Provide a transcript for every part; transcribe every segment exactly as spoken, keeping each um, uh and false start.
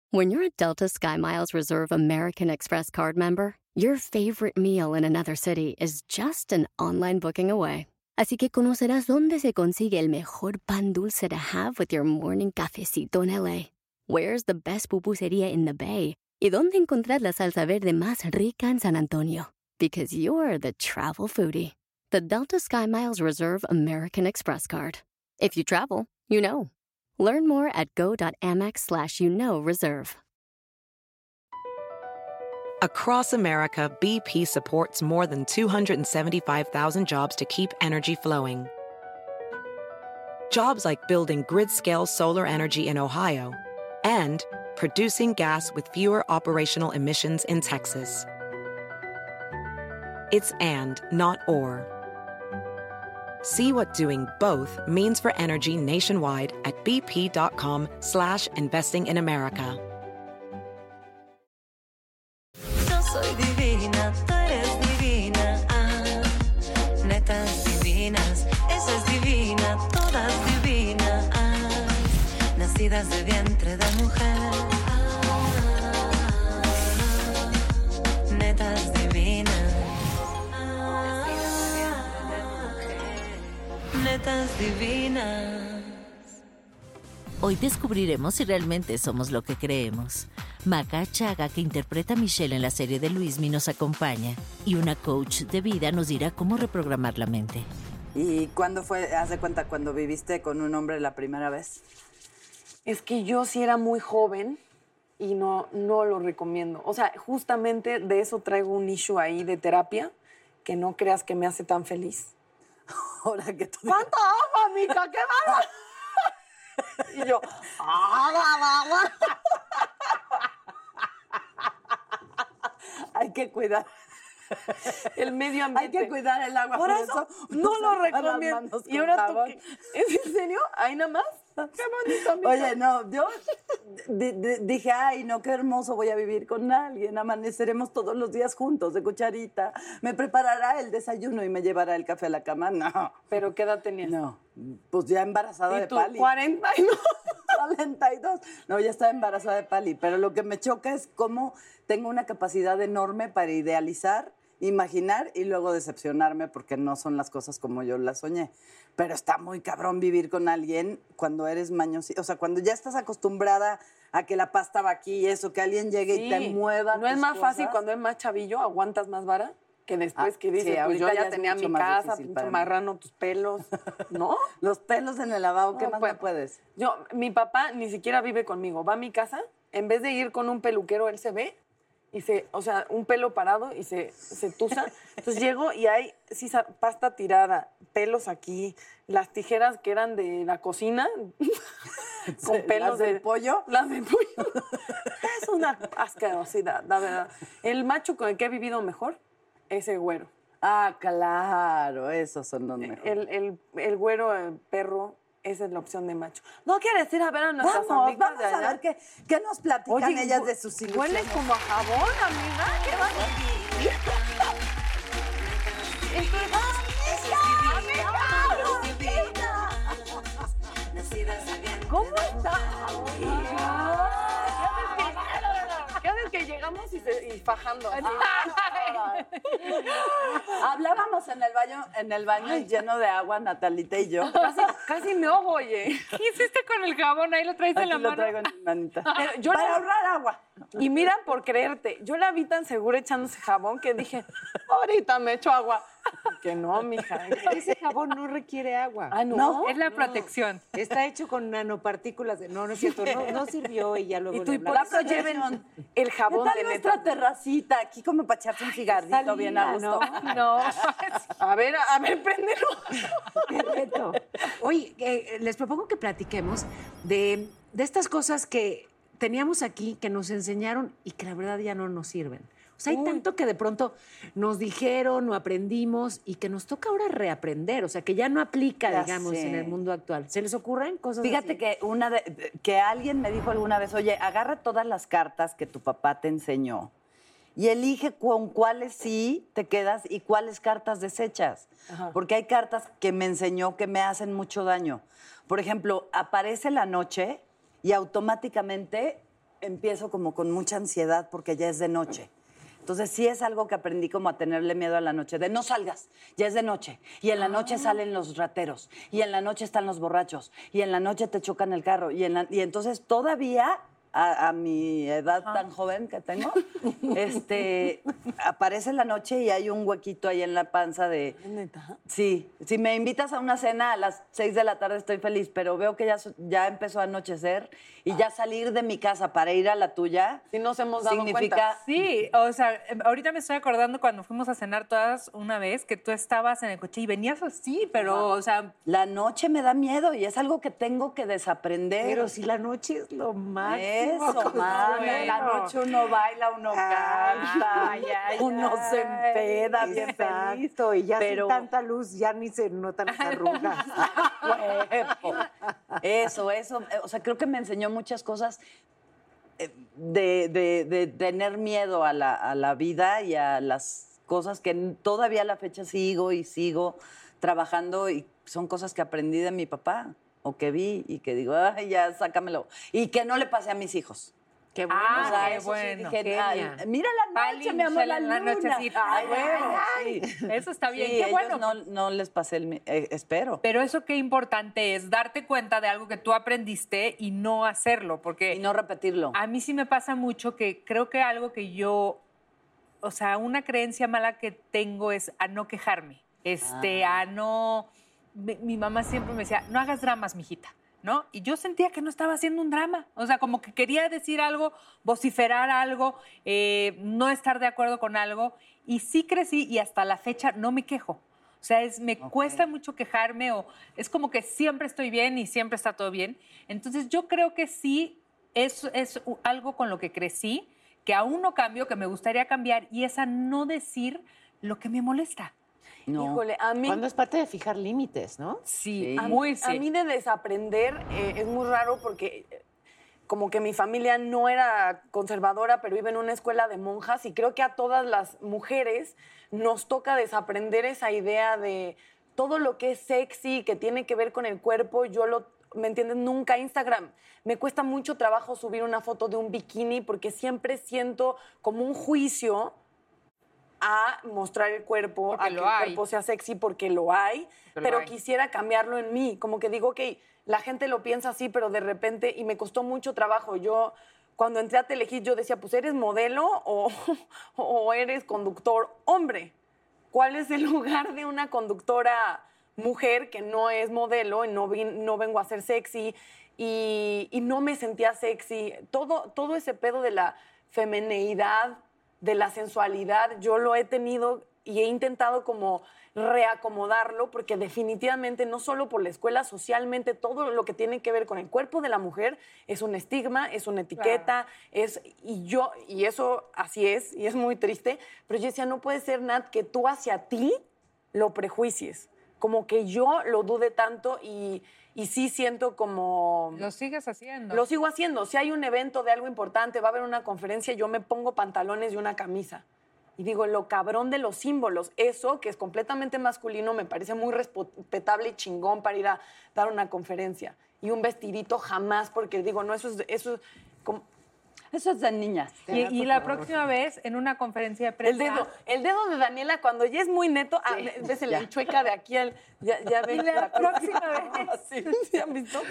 When you're a Delta SkyMiles Reserve American Express card member, your favorite meal in another city is just an online booking away. Así que conocerás dónde se consigue el mejor pan dulce to have with your morning cafecito en L A. Where's the best pupusería in the Bay? Y dónde encontrar la salsa verde más rica en San Antonio. Because you're the travel foodie. The Delta SkyMiles Reserve American Express card. If you travel, you know. Learn more at go.amex slash you know reserve. Across America, B P supports more than two hundred seventy-five thousand jobs to keep energy flowing. Jobs like building grid-scale solar energy in Ohio and producing gas with fewer operational emissions in Texas. It's and, not or. See what doing both means for energy nationwide at bp.com slash investing in America. Yo soy divina, tú eres divina, ah, netas divinas, esa es divina, todas divinas, ah, nacidas de vientre de mujer, ah, netas divinas, ah, netas divinas. Hoy descubriremos si realmente somos lo que creemos. Maca Chaga, que interpreta a Michelle en la serie de Luismi, nos acompaña. Y una coach de vida nos dirá cómo reprogramar la mente. ¿Y cuándo fue, haz de cuenta, cuando viviste con un hombre la primera vez? Es que yo sí era muy joven y no, no lo recomiendo. O sea, justamente de eso traigo un issue ahí de terapia que no creas que me hace tan feliz. Ahora que tú... ¿Cuánto agua, mica? ¿Qué va? Y yo, agua, agua. Hay que cuidar el medio ambiente. Hay que cuidar el agua. Por, por eso, eso no lo recomiendo. Y ahora tú, ¿qué? ¿Es en serio? ¿Ahí nada más? Qué bonito, amiga. Oye, no, yo d- d- dije, ay, no, qué hermoso, voy a vivir con alguien, amaneceremos todos los días juntos, de cucharita, me preparará el desayuno y me llevará el café a la cama. No. ¿Pero qué edad tenías? No, pues ya embarazada ¿Y de tú, Pali. cuarenta y dos? cuarenta y dos. No, ya estaba embarazada de Pali, pero lo que me choca es cómo tengo una capacidad enorme para idealizar, imaginar y luego decepcionarme porque no son las cosas como yo las soñé. Pero está muy cabrón vivir con alguien cuando eres mañosita. O sea, cuando ya estás acostumbrada a que la pasta va aquí y eso, que alguien llegue sí. y te mueva. ¿No es más cosas? Fácil cuando es más chavillo, aguantas más vara? Que después ah, que dices, sí, pues yo ya, ya tenía mi casa, pinche marrano, tus pelos, ¿no? Los pelos en el lavabo, ¿qué no, más pues, me puedes? Yo, mi papá ni siquiera vive conmigo, va a mi casa, en vez de ir con un peluquero, él se ve, y se, o sea, un pelo parado y se, se tusa. Entonces llego y hay sí, pasta tirada, pelos aquí, las tijeras que eran de la cocina, con sí, pelos ¿las del de pollo? Las del pollo. Es una asquerosidad, la verdad. El macho con el que he vivido mejor, ese güero. Ah, claro, esos son los mejores. El, el, el güero, el perro, esa es la opción de macho. ¿No quieres ir a ver a nuestras vamos, amigas vamos de allá? a ver qué, qué nos platican Oye, ellas de sus ilusiones. Huele como a jabón, amiga. ¿Qué vas a decir? ¿Cómo estás? ¿Qué haces que llegamos y, se, y fajando? Hablábamos en el baño, en el baño Ay, lleno de agua, Natalita y yo. Casi, casi me ahogo, oye. ¿Qué hiciste con el jabón? Ahí lo traes Aquí en la lo mano. traigo en mi manita. Pero yo Para la... ahorrar agua. Y mira, por creerte, yo la vi tan segura echándose jabón que dije, ahorita me echo agua. Que no, mija. Ese jabón no requiere agua. Ah, ¿no? ¿No? Es la no. protección. Está hecho con nanopartículas. De... No, no es cierto. No, no sirvió y ya luego y tú le por eso lleven el jabón ¿Qué tal de nuestra neta? terracita? Aquí como para echarse un cigarrito Ay, bien a gusto. No, no. A ver, a ver, préndelo. Qué reto. Oye, eh, les propongo que platiquemos de, de estas cosas que teníamos aquí, que nos enseñaron y que la verdad ya no nos sirven. O sea, hay Uy. tanto que de pronto nos dijeron o aprendimos y que nos toca ahora reaprender. O sea, que ya no aplica, ya digamos, sé. en el mundo actual. ¿Se les ocurren cosas Fíjate así? que una de, que alguien me dijo alguna vez, oye, agarra todas las cartas que tu papá te enseñó y elige con cuáles sí te quedas y cuáles cartas desechas. Ajá. Porque hay cartas que me enseñó que me hacen mucho daño. Por ejemplo, aparece la noche y automáticamente empiezo como con mucha ansiedad porque ya es de noche. Entonces sí es algo que aprendí como a tenerle miedo a la noche, de no salgas, ya es de noche. Y en la noche salen los rateros, y en la noche están los borrachos, y en la noche te chocan el carro. Y, en la- y entonces todavía, a, a mi edad tan joven que tengo, este, aparece la noche y hay un huequito ahí en la panza de... ¿Neta? Sí, si me invitas a una cena a las seis de la tarde estoy feliz, pero veo que ya, so- ya empezó a anochecer y ya salir de mi casa para ir a la tuya Sí nos hemos dado significa... cuenta. Sí, o sea, em, ahorita me estoy acordando cuando fuimos a cenar todas una vez que tú estabas en el coche y venías así, pero, o sea, La noche me da miedo y es algo que tengo que desaprender. Pero si la noche es lo máximo. Eso, Consuelo. mana, en la noche uno baila, uno canta, Ay, ay, uno ay. se empeda bien feliz. Exacto, y ya pero sin tanta luz ya ni se notan las arrugas. Huevo. Eso, eso, eh, o sea, creo que me enseñó muchas cosas eh, de, de- de tener miedo a la, a la vida y a las cosas que n- todavía a la fecha sigo y sigo trabajando y son cosas que aprendí de mi papá o que vi y que digo, ay, ya, sácamelo. Y que no le pasé a mis hijos. Qué bueno. Ah, O sea, qué eso sí bueno. dije, Genia. ay, mira la Pali, noche, mi amor, la Michelle, en la luna. noche así, Ay, ay, huevo, ay, sí. eso está bien, Sí, qué ellos bueno. no, no les pasé el... mi- eh, espero. Pero eso qué importante es, darte cuenta de algo que tú aprendiste y no hacerlo, porque Y no repetirlo. a mí sí me pasa mucho que creo que algo que yo, o sea, una creencia mala que tengo es a no quejarme, este, Ah. a no... Mi, mi mamá siempre me decía, no hagas dramas, mijita, ¿no? Y yo sentía que no estaba haciendo un drama, o sea, como que quería decir algo, vociferar algo, eh, no estar de acuerdo con algo, y sí crecí y hasta la fecha no me quejo. O sea, es, me cuesta mucho quejarme o es como que siempre estoy bien y siempre está todo bien. Entonces yo creo que sí es, es u- algo con lo que crecí, que aún no cambio, que me gustaría cambiar, y es a no decir lo que me molesta. No. Híjole, a mí... Cuando es parte de fijar límites, ¿no? Sí, Sí. A, muy a sí. mí de desaprender eh, es muy raro porque eh, como que mi familia no era conservadora, pero iba en una escuela de monjas y creo que a todas las mujeres nos toca desaprender esa idea de todo lo que es sexy, que tiene que ver con el cuerpo. Yo lo, ¿me entiendes? Nunca Instagram. Me cuesta mucho trabajo subir una foto de un bikini porque siempre siento como un juicio a mostrar el cuerpo, Porque a que lo el hay. cuerpo sea sexy porque lo hay, Porque lo pero hay. quisiera cambiarlo en mí. Como que digo, ok, la gente lo piensa así, pero de repente, y me costó mucho trabajo. Yo, cuando entré a Telehit, yo decía, pues, ¿eres modelo o, o eres conductor hombre? ¿Cuál es el lugar de una conductora mujer que no es modelo y no, vin- no vengo a ser sexy y, y no me sentía sexy? Todo, todo ese pedo de la femineidad, de la sensualidad, yo lo he tenido y he intentado como reacomodarlo porque definitivamente no solo por la escuela, socialmente todo lo que tiene que ver con el cuerpo de la mujer es un estigma, es una etiqueta, es y yo y eso así es y es muy triste, pero yo decía, no puede ser, Nat, que tú hacia ti lo prejuicies, como que yo lo dude tanto y, y sí siento como... Lo sigues haciendo. Lo sigo haciendo. Si hay un evento de algo importante, va a haber una conferencia, yo me pongo pantalones y una camisa. Y digo, lo cabrón de los símbolos, eso que es completamente masculino, me parece muy respetable y chingón para ir a dar una conferencia. Y un vestidito jamás, porque digo, no, eso es... Eso es como, Eso es de niñas. Y, y la próxima vez, en una conferencia de prensa... el dedo, el dedo de Daniela, cuando ya es muy neto, ah, ves el, el chueca de aquí, al, ya, ya ves. Y la próxima vez. Sí, ¿sí han visto?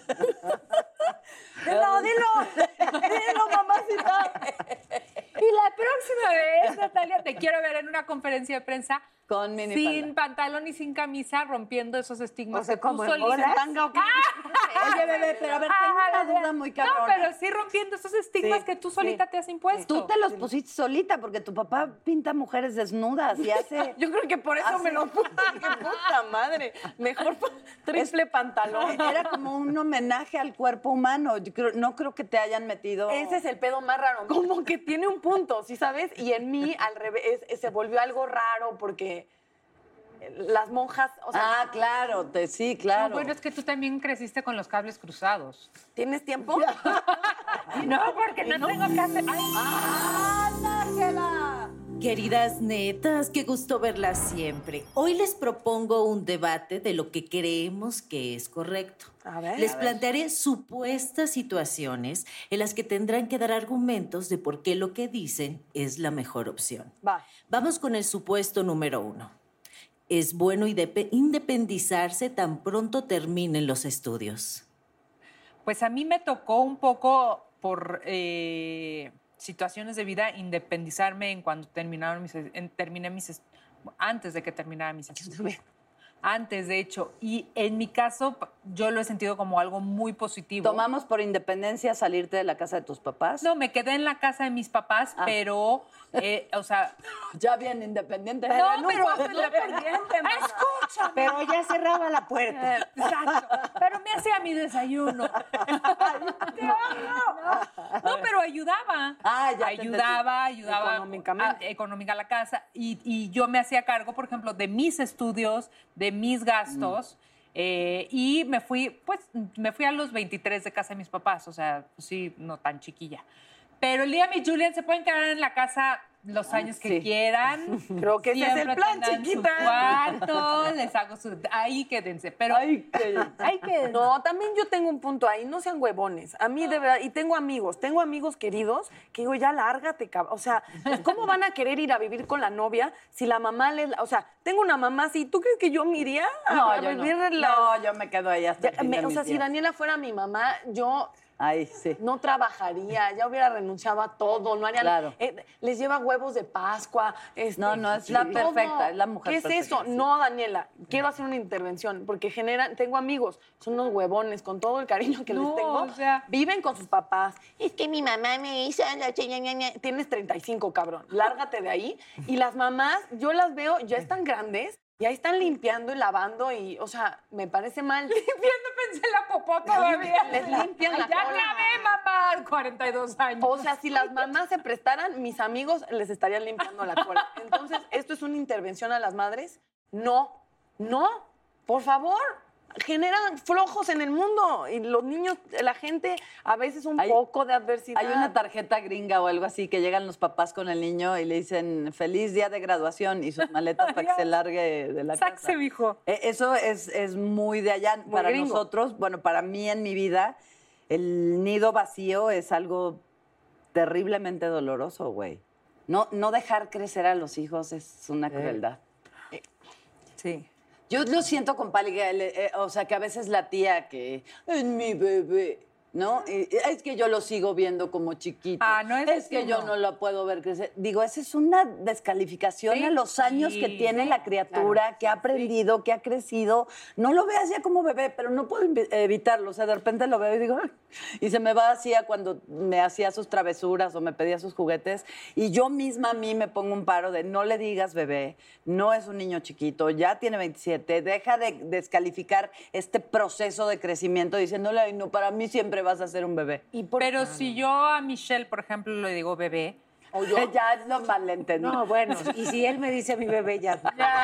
Dilo, dilo, dilo, mamacita. Y la próxima vez, Natalia, te quiero ver en una conferencia de prensa Con minifalda. sin pantalón y sin camisa, rompiendo esos estigmas O sea, que tú como en solita... bolas. ¿Tanga o qué? Oye, bebé, pero a ver, tengo una duda muy cabrona. No, pero sí rompiendo esos estigmas Sí, que tú solita te has impuesto. Tú te los pusiste solita porque tu papá pinta mujeres desnudas y hace... Yo creo que por eso Así. me lo puse. ¡Qué puta madre! Mejor pa- triple pantalón. Era como un homenaje al cuerpo humano. Yo creo- no creo que te hayan metido... Ese es el pedo más raro. Como que tiene un punto, ¿sí sabes? Y en mí, al revés, es- se volvió algo raro porque las monjas, o sea, Ah, claro, te, sí, claro. No, bueno, es que tú también creciste con los cables cruzados. ¿tienes tiempo? No, porque no, tengo que hacer... ¡Ay! ¡Ángela! Queridas netas, qué gusto verlas siempre. Hoy les propongo un debate de lo que creemos que es correcto. A ver. Les A ver. plantearé supuestas situaciones en las que tendrán que dar argumentos de por qué lo que dicen es la mejor opción. Va. Vamos con el supuesto número uno. Es bueno indepe- independizarse tan pronto terminen los estudios. Pues a mí me tocó un poco por eh, situaciones de vida independizarme en cuando terminaron mis, en, terminé mis est- antes de que terminara mis estudios. Antes, de hecho. Y en mi caso, yo lo he sentido como algo muy positivo. ¿Tomamos por independencia salirte de la casa de tus papás? No, me quedé en la casa de mis papás, Ah. pero, eh, o sea... Ya bien independiente. No, Era, pero... fue independiente, mamá. ¡Escúchame! Pero ya cerraba la puerta. Eh, Exacto. Pero me hacía mi desayuno. No, no, pero ayudaba. Ah, ya te ayudaba, ayudaba Económicamente. a- económica a la casa. Y, y yo me hacía cargo, por ejemplo, de mis estudios, de mis gastos. eh, y me fui, pues, me fui a los veintitrés de casa de mis papás. O sea, pues sí, no tan chiquilla. Pero Liam y Julian se pueden quedar en la casa los años que sí. quieran. Creo que ese es el Siempre plan, tendrán chiquita. su cuarto, les hago su... Ahí quédense. Pero Ay, qué... hay que... No, también yo tengo un punto ahí, no sean huevones. A mí de verdad, y tengo amigos, tengo amigos queridos que digo, ya lárgate, cabrón. O sea, ¿cómo van a querer ir a vivir con la novia si la mamá les... O sea, tengo una mamá así, ¿tú crees que yo me iría a, No, a yo no. vivir la... No, yo me quedo ahí hasta el Ya, fin me- de o mis sea, si días. Daniela fuera mi mamá, yo Ay, sí. no trabajaría, ya hubiera renunciado a todo, no haría Claro. eh, les lleva huevos de Pascua. Este, No, no, es la todo. perfecta, es la mujer ¿Qué es perfecta, eso? sí. No, Daniela, quiero hacer una intervención, porque generan, tengo amigos, son unos huevones, con todo el cariño que No, les tengo, o sea- viven con sus papás. Es que mi mamá me hizo la ña, ña, ña. Tienes treinta y cinco, cabrón, lárgate de ahí. Y las mamás, yo las veo, ya están grandes, y ahí están limpiando y lavando, y, o sea, me parece mal. Limpiando, pensé en la popó todavía. Les limpian la Ay, ya cola. acabé, mamá, cuarenta y dos años. O sea, si las mamás se prestaran, mis amigos les estarían limpiando la cola. Entonces, ¿esto es una intervención a las madres? No, no, por favor. Generan flojos en el mundo y los niños, la gente, a veces un Hay- poco de adversidad. Hay una tarjeta gringa o algo así que llegan los papás con el niño y le dicen feliz día de graduación y sus maletas para que se largue de la casa. Saxe, mijo. Eh, Eso es, es muy de allá. Para gringo. nosotros, bueno, para mí en mi vida, el nido vacío es algo terriblemente doloroso, güey. No, no dejar crecer a los hijos es una crueldad. Sí. Yo lo siento con Pali, que le- eh, o sea, que a veces la tía que es mi bebé, ¿no? Y- y es que yo lo sigo viendo como chiquito. Ah, no, es es que así, yo no. no la puedo ver crecer. Digo, esa es una descalificación Sí, a los años sí, que tiene sí, la criatura, que ha aprendido, que ha crecido. No lo veas ya como bebé, pero no puedo invi- evitarlo. O sea, de repente lo veo y digo, "Ay", y se me va así a cuando me hacía sus travesuras o me pedía sus juguetes. Y yo misma a mí me pongo un paro de no le digas bebé, no es un niño chiquito, ya tiene veintisiete, deja de descalificar este proceso de crecimiento diciéndole, ay, no, para mí siempre vas a ser un bebé. Y por- Pero si yo a Michelle, por ejemplo, le digo bebé, O yo, ya es lo malentendido. No, bueno, y si él me dice a mi bebé ya.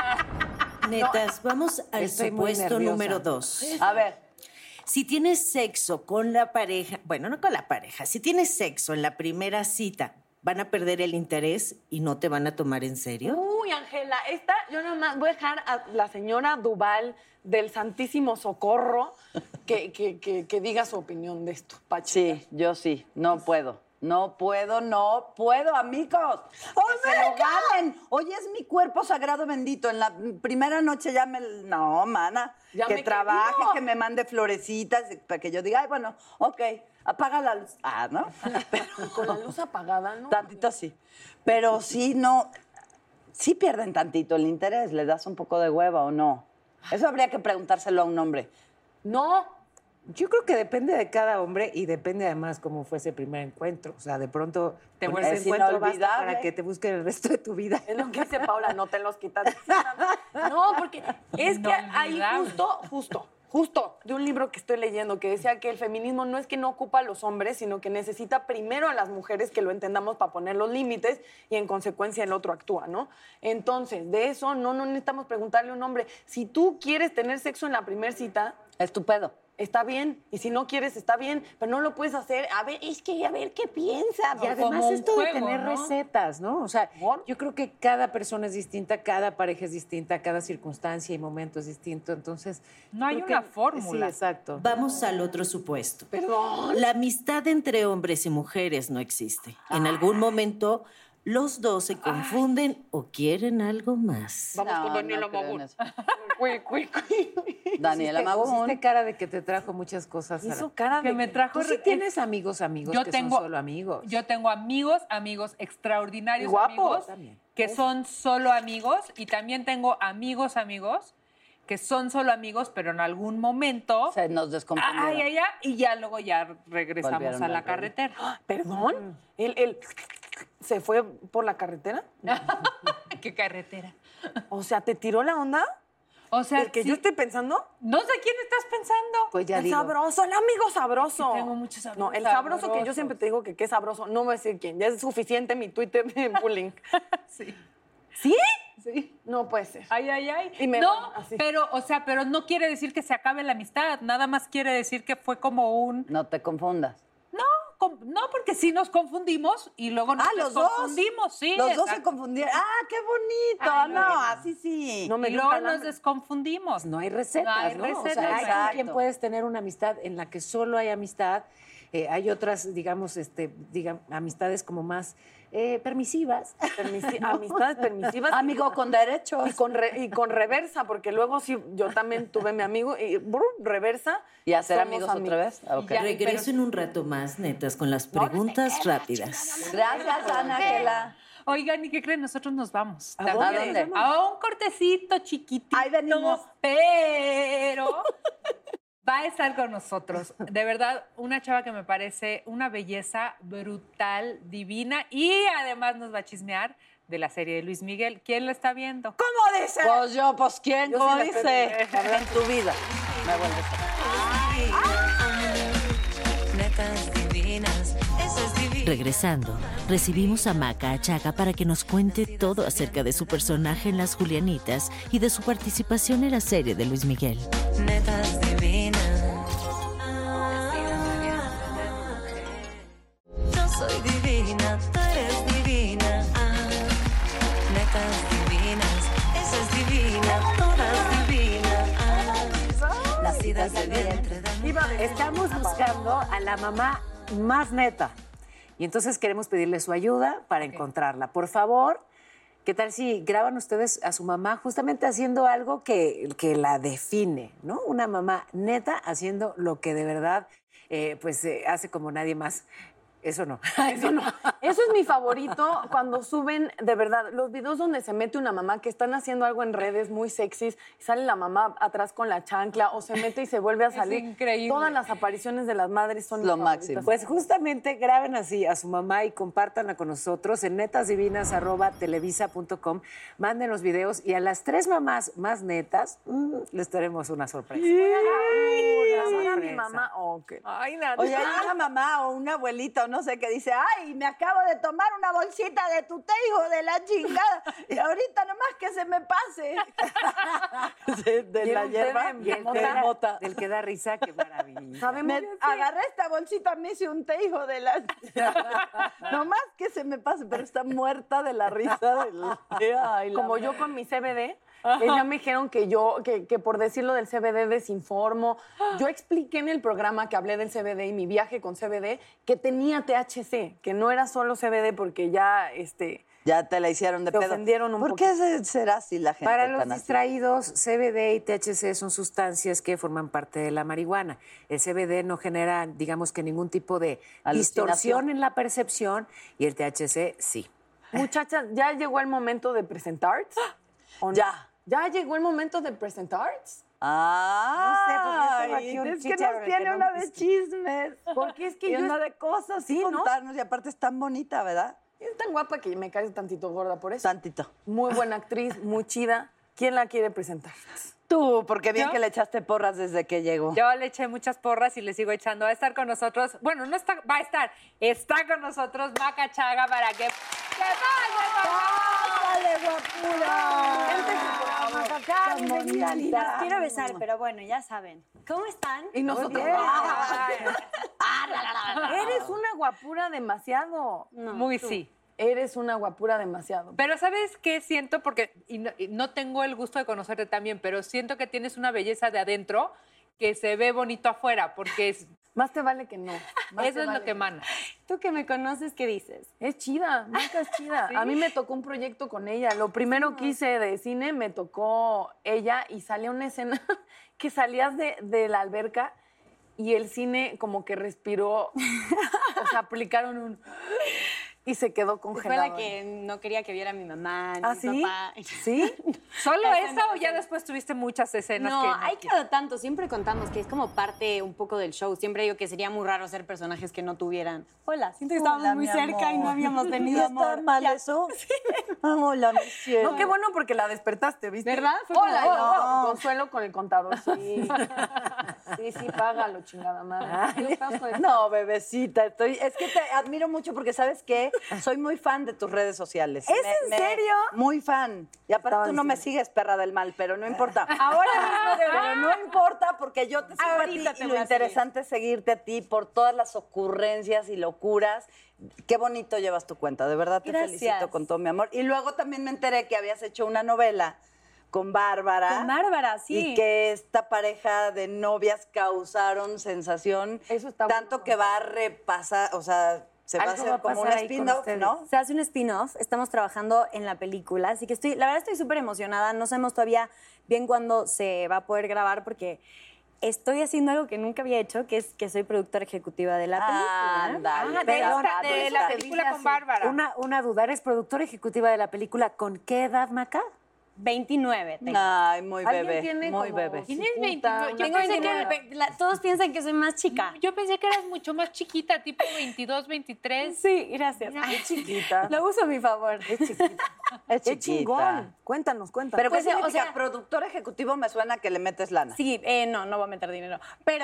Netas, vamos al Estoy muy supuesto nerviosa. número dos. A ver, Si tienes sexo con la pareja, bueno, no con la pareja, si tienes sexo en la primera cita, ¿van a perder el interés y no te van a tomar en serio? Uy, Ángela, esta, yo nada más voy a dejar a la señora Duval del Santísimo Socorro que, que, que, que diga su opinión de esto, Pachi. sí, yo sí, no puedo. No puedo, no puedo, amigos. ¡Oh, se me lo lo ganen! Hoy es mi cuerpo sagrado bendito. En la primera noche ya me... No, mana. Ya que me trabaje, quedó. que me mande florecitas, para que yo diga, ay, bueno, ok, apaga la luz. Ah, ¿no? Pero Con la luz apagada, ¿no? tantito sí. Pero sí, no... Sí pierden tantito el interés. ¿Le das un poco de hueva o no? Eso habría que preguntárselo a un hombre. No. Yo creo que depende de cada hombre y depende además cómo fue ese primer encuentro. O sea, de pronto Te con vuelves ese encuentro basta inolvidable. para que te busquen el resto de tu vida. Es lo que dice Paula, no te los quitas. No, porque es que ahí Inolvidable. justo, justo, justo, de un libro que estoy leyendo que decía que el feminismo no es que no ocupa a los hombres, sino que necesita primero a las mujeres que lo entendamos para poner los límites y en consecuencia el otro actúa, ¿no? Entonces, de eso no, no necesitamos preguntarle a un hombre, si tú quieres tener sexo en la primera cita, Estupendo. está bien. Y si no quieres, está bien. Pero no lo puedes hacer. A ver, es que a ver qué piensa. Y además como un esto de juego, tener ¿no? recetas, ¿no? O sea, ¿Por? yo creo que cada persona es distinta, cada pareja es distinta, cada circunstancia y momento es distinto. Entonces, No hay creo una que- fórmula. Sí, exacto. Vamos al otro supuesto. Perdón. La amistad entre hombres y mujeres no existe. En algún momento, los dos se confunden o quieren algo más. Vamos No, con Daniela no creo en Magún. eso. Cui, cui, cui. Daniela Pusiste- Magún. pusiste cara de que te trajo muchas cosas. Sara. Hizo cara Que de me trajo... Tú sí re- tienes amigos, amigos Yo que tengo- son solo amigos. Yo tengo amigos, amigos extraordinarios, Y guapos amigos también. que son solo amigos y también tengo amigos, amigos que son solo amigos, pero en algún momento, Se nos desconfundieron. ay, ay, ay, y ya luego ya regresamos Volvieron a al la ruedo. carretera. ¿Perdón? ¿Él, él se fue por la carretera? ¿Qué carretera? O sea, ¿te tiró la onda? O sea, ¿El que sí, yo estoy pensando? no sé quién estás pensando. Pues ya el digo. sabroso, el amigo sabroso. Es que tengo muchos amigos No, el sabroso que yo sabrosos. siempre te digo que qué sabroso, no voy a decir quién. Ya es suficiente mi Twitter de bullying. Sí. ¿Sí? Sí. No puede ser. Ay, ay, ay. Y me no, voy así. pero, o sea, pero no quiere decir que se acabe la amistad. Nada más quiere decir que fue como un... No te confundas. No, com- no, porque sí nos confundimos y luego nos Ah, los dos. confundimos, sí. Los dos se exacto. confundieron. ¡Ah, qué bonito! Ay, no, bueno. así sí. No me Y dio luego calambre. nos desconfundimos. No hay recetas, No hay ¿no? recetas, O sea, hay exacto. con quien puedes tener una amistad en la que solo hay amistad. Eh, hay otras, digamos, este, digamos, amistades como más eh, permisivas. Permisi- Amistades permisivas. Amigo con derechos. Y con, re- y con reversa, porque luego sí, yo también tuve mi amigo y brr, reversa. ¿Y hacer somos amigos otra vez? Ah, ok. Ya. Regreso en un rato más, netas, con las preguntas rápidas. Gracias, Ángela. Oigan, ¿y qué creen? Nosotros nos vamos. ¿A también. dónde? A un cortecito chiquitito. Ahí venimos. Pero va a estar con nosotros. De verdad, una chava que me parece una belleza brutal, divina. Y además nos va a chismear de la serie de Luis Miguel. ¿Quién lo está viendo? ¿Cómo dice? Pues yo, pues ¿quién? Yo ¿Cómo sí la dice? perdí. En tu vida. Me vuelves a... Netas divinas, eso es divino. Regresando, recibimos a Maca Achaga para que nos cuente todo acerca de su personaje en Las Julianitas y de su participación en la serie de Luis Miguel. Netas divinas. Yo soy divina, tú eres divina. Ah, netas divinas, eso es divina, todas divinas. Ah, nacidas del vientre de mujer. Estamos buscando a la mamá más neta. Y entonces queremos pedirle su ayuda para encontrarla. Por favor, ¿qué tal si graban ustedes a su mamá justamente haciendo algo que, que la define, ¿no? Una mamá neta haciendo lo que de verdad eh, pues eh, hace como nadie más. Eso no. Eso no. Eso es mi favorito cuando suben, de verdad, los videos donde se mete una mamá que están haciendo algo en redes muy sexys y sale la mamá atrás con la chancla o se mete y se vuelve a salir. increíble. Todas las apariciones de las madres son Lo mis máximo. favoritas. Pues justamente graben así a su mamá y compártanla con nosotros en netasdivinas arroba televisa punto com. Manden los videos y a las tres mamás más netas mm, les daremos una sorpresa. Una Una mi sorpresa. mamá. ok. Ay, nada. Oye, hay una mamá o una abuelita o no sé qué dice, ay, me acabo de tomar una bolsita de tu té, hijo de la chingada, y ahorita nomás que se me pase. de de ¿Quiere la un té hierba, de Y el de que da- mota. del que da risa, qué maravilla. Sabemos. Me agarré esta bolsita, me hice un té, hijo de la... nomás que se me pase, pero está muerta de la risa del té. Ay, la Como yo con mi C B D, que ya me dijeron que yo, que, que por decirlo del C B D desinformo. Yo expliqué en el programa que hablé del C B D y mi viaje con C B D que tenía T H C, que no era solo C B D porque ya, este... Ya te la hicieron de Te pedo. ofendieron un ¿Por poquito. qué se- será así la gente? Para los tan así? distraídos, C B D y T H C son sustancias que forman parte de la marihuana. El C B D no genera, digamos que ningún tipo de Alucinación. distorsión en la percepción y el T H C sí. Muchachas, ¿ya llegó el momento de presentar? ¿O no? Ya. ¿Ya llegó el momento de presentar? Ah, No sé, porque yo tengo aquí un es que chícharo nos que tiene no una me de gusta. chismes. Porque es que y yo una es- de cosas Sí, sí, ¿no? contarnos. Y aparte es tan bonita, ¿verdad? Es tan guapa que me caes tantito gorda por eso. Tantito. Muy buena actriz, muy chida. ¿Quién la quiere presentar? Tú, porque bien ¿Yo? que le echaste porras desde que llegó. Yo le eché muchas porras y le sigo echando. Va a estar con nosotros. Bueno, no está, va a estar. Está con nosotros Maca Achaga para que. ¡Que pase, por favor! ¡Órale, guapura! Acá, bienvenida, linda. Las quiero besar, pero bueno, ya saben. ¿Cómo están? Y nosotros. Eres una guapura demasiado. No, Muy tú. sí. Eres una guapura demasiado. Pero ¿sabes qué siento? Porque y no, y no tengo el gusto de conocerte también, pero siento que tienes una belleza de adentro que se ve bonito afuera, porque es, Más te vale que no. Más eso te es vale lo que emana. Tú que me conoces, ¿qué dices? Es chida, nunca es chida. ¿Sí? A mí me tocó un proyecto con ella. Lo primero que hice de cine me tocó ella y salía una escena que salías de, de la alberca y el cine como que respiró, o sea, aplicaron un... y se quedó Fue congelado. la que no quería que viera a mi mamá, ni ¿Ah, mi sí? papá. ¿Sí? ¿Solo Esa esa no, o ya esa no. después tuviste muchas escenas No, que no hay quieres? cada tanto. Siempre contamos que es como parte un poco del show. Siempre digo que sería muy raro hacer personajes que no tuvieran. Hola, siento que estábamos Hola, muy mi cerca y amor. no habíamos tenido ¿Ya amor. está mal Ya. eso? Ah, hola, mi cielo. No, qué bueno porque la despertaste, ¿viste? ¿Verdad? Fue Hola, como, no, oh. Consuelo con el contador, sí. Sí, sí, págalo, chingada madre. ¿Qué estás con eso? No, bebecita, estoy, es que te admiro mucho porque, ¿sabes qué? Soy muy fan de tus redes sociales. ¿Es en serio? Muy fan. Y aparte Estaba tú no me diciendo. sigues, perra del mal, pero no importa. Ahora mismo de Pero no importa porque yo te sigo Ahorita a ti te y voy lo a seguir. interesante es seguirte a ti por todas las ocurrencias y locuras. Qué bonito llevas tu cuenta, de verdad te Gracias. felicito con todo mi amor. Y luego también me enteré que habías hecho una novela con Bárbara. Con Bárbara, sí. Y que esta pareja de novias causaron sensación. Eso está tanto bueno. que va a repasar, o sea, se va a Algo hacer va a como un pasar ahí con spin-off, ustedes. ¿no? Se hace un spin-off, estamos trabajando en la película, así que estoy, la verdad estoy súper emocionada, no sabemos todavía bien cuándo se va a poder grabar porque estoy haciendo algo que nunca había hecho, que es que soy productora ejecutiva de la película. Ándale. Ah, de, Pero- esta- de pero- la pero- película con Bárbara. Una, una duda, ¿eres productora ejecutiva de la película ¿Con qué edad, Maca? veintinueve tengo. Ay, muy ¿Alguien bebé, tiene muy como bebé. ¿Tienes su veintinueve? puta, Yo una Tengo pensé que- veintinueve, la- todos piensan que soy más chica. Yo pensé que eras mucho más chiquita, tipo veintidós, veintitrés. Sí, gracias. Es chiquita. Lo uso a mi favor. Es Qué chiquita. chingón. Cuéntanos, cuéntanos. Pero Pues, ¿qué o significa? sea- Productor ejecutivo me suena que le metes lana. Sí, eh, no, no voy a meter dinero, pero,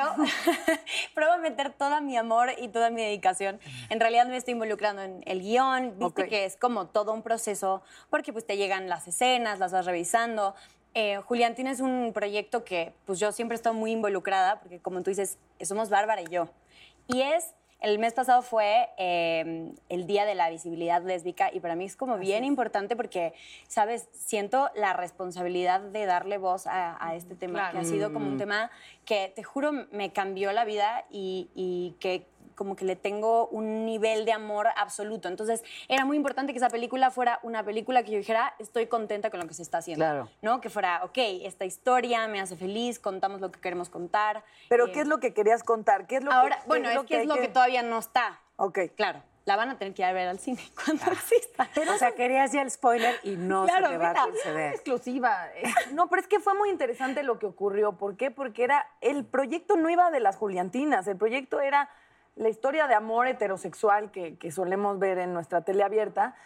pero voy a meter toda mi amor y toda mi dedicación. En realidad me estoy involucrando en el guión, viste Ok. que es como todo un proceso, porque pues te llegan las escenas, las vas revisando. Eh, Julián, tienes un proyecto que pues yo siempre he estado muy involucrada, porque como tú dices, somos Bárbara y yo. Y es, el mes pasado fue eh, el Día de la Visibilidad Lésbica y para mí es como bien importante porque, ¿sabes? Siento la responsabilidad de darle voz a, a este tema, Claro. que ha sido como un tema que, te juro, me cambió la vida y, y que como que le tengo un nivel de amor absoluto. Entonces, era muy importante que esa película fuera una película que yo dijera, estoy contenta con lo que se está haciendo. Claro. ¿No? Que fuera, ok, esta historia me hace feliz, contamos lo que queremos contar. Pero Eh, ¿qué es lo que querías contar? ¿Qué es lo Ahora, que, bueno, es que es lo que todavía no está. Ok. Claro, la van a tener que ir a ver al cine cuando exista. O sea, querías ya el spoiler y no Claro, se te va mira, a conceder. Exclusiva. Eh, No, pero es que fue muy interesante lo que ocurrió. ¿Por qué? Porque era el proyecto no iba de las Juliantinas. El proyecto era la historia de amor heterosexual que, que solemos ver en nuestra tele abierta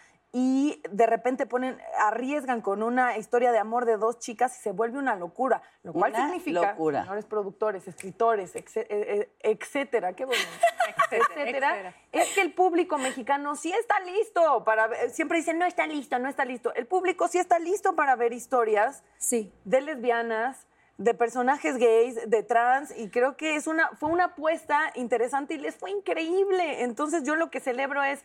y de repente ponen, arriesgan con una historia de amor de dos chicas y se vuelve una locura. Lo cual Una significa, locura. señores productores, escritores, exe- eh, eh, etcétera, qué bueno, etcétera, etcétera. es que el público mexicano sí está listo para ver, siempre dicen, no está listo, no está listo. El público sí está listo para ver historias Sí. de lesbianas, de personajes gays, de trans, y creo que es una, fue una apuesta interesante y les fue increíble. Entonces yo lo que celebro es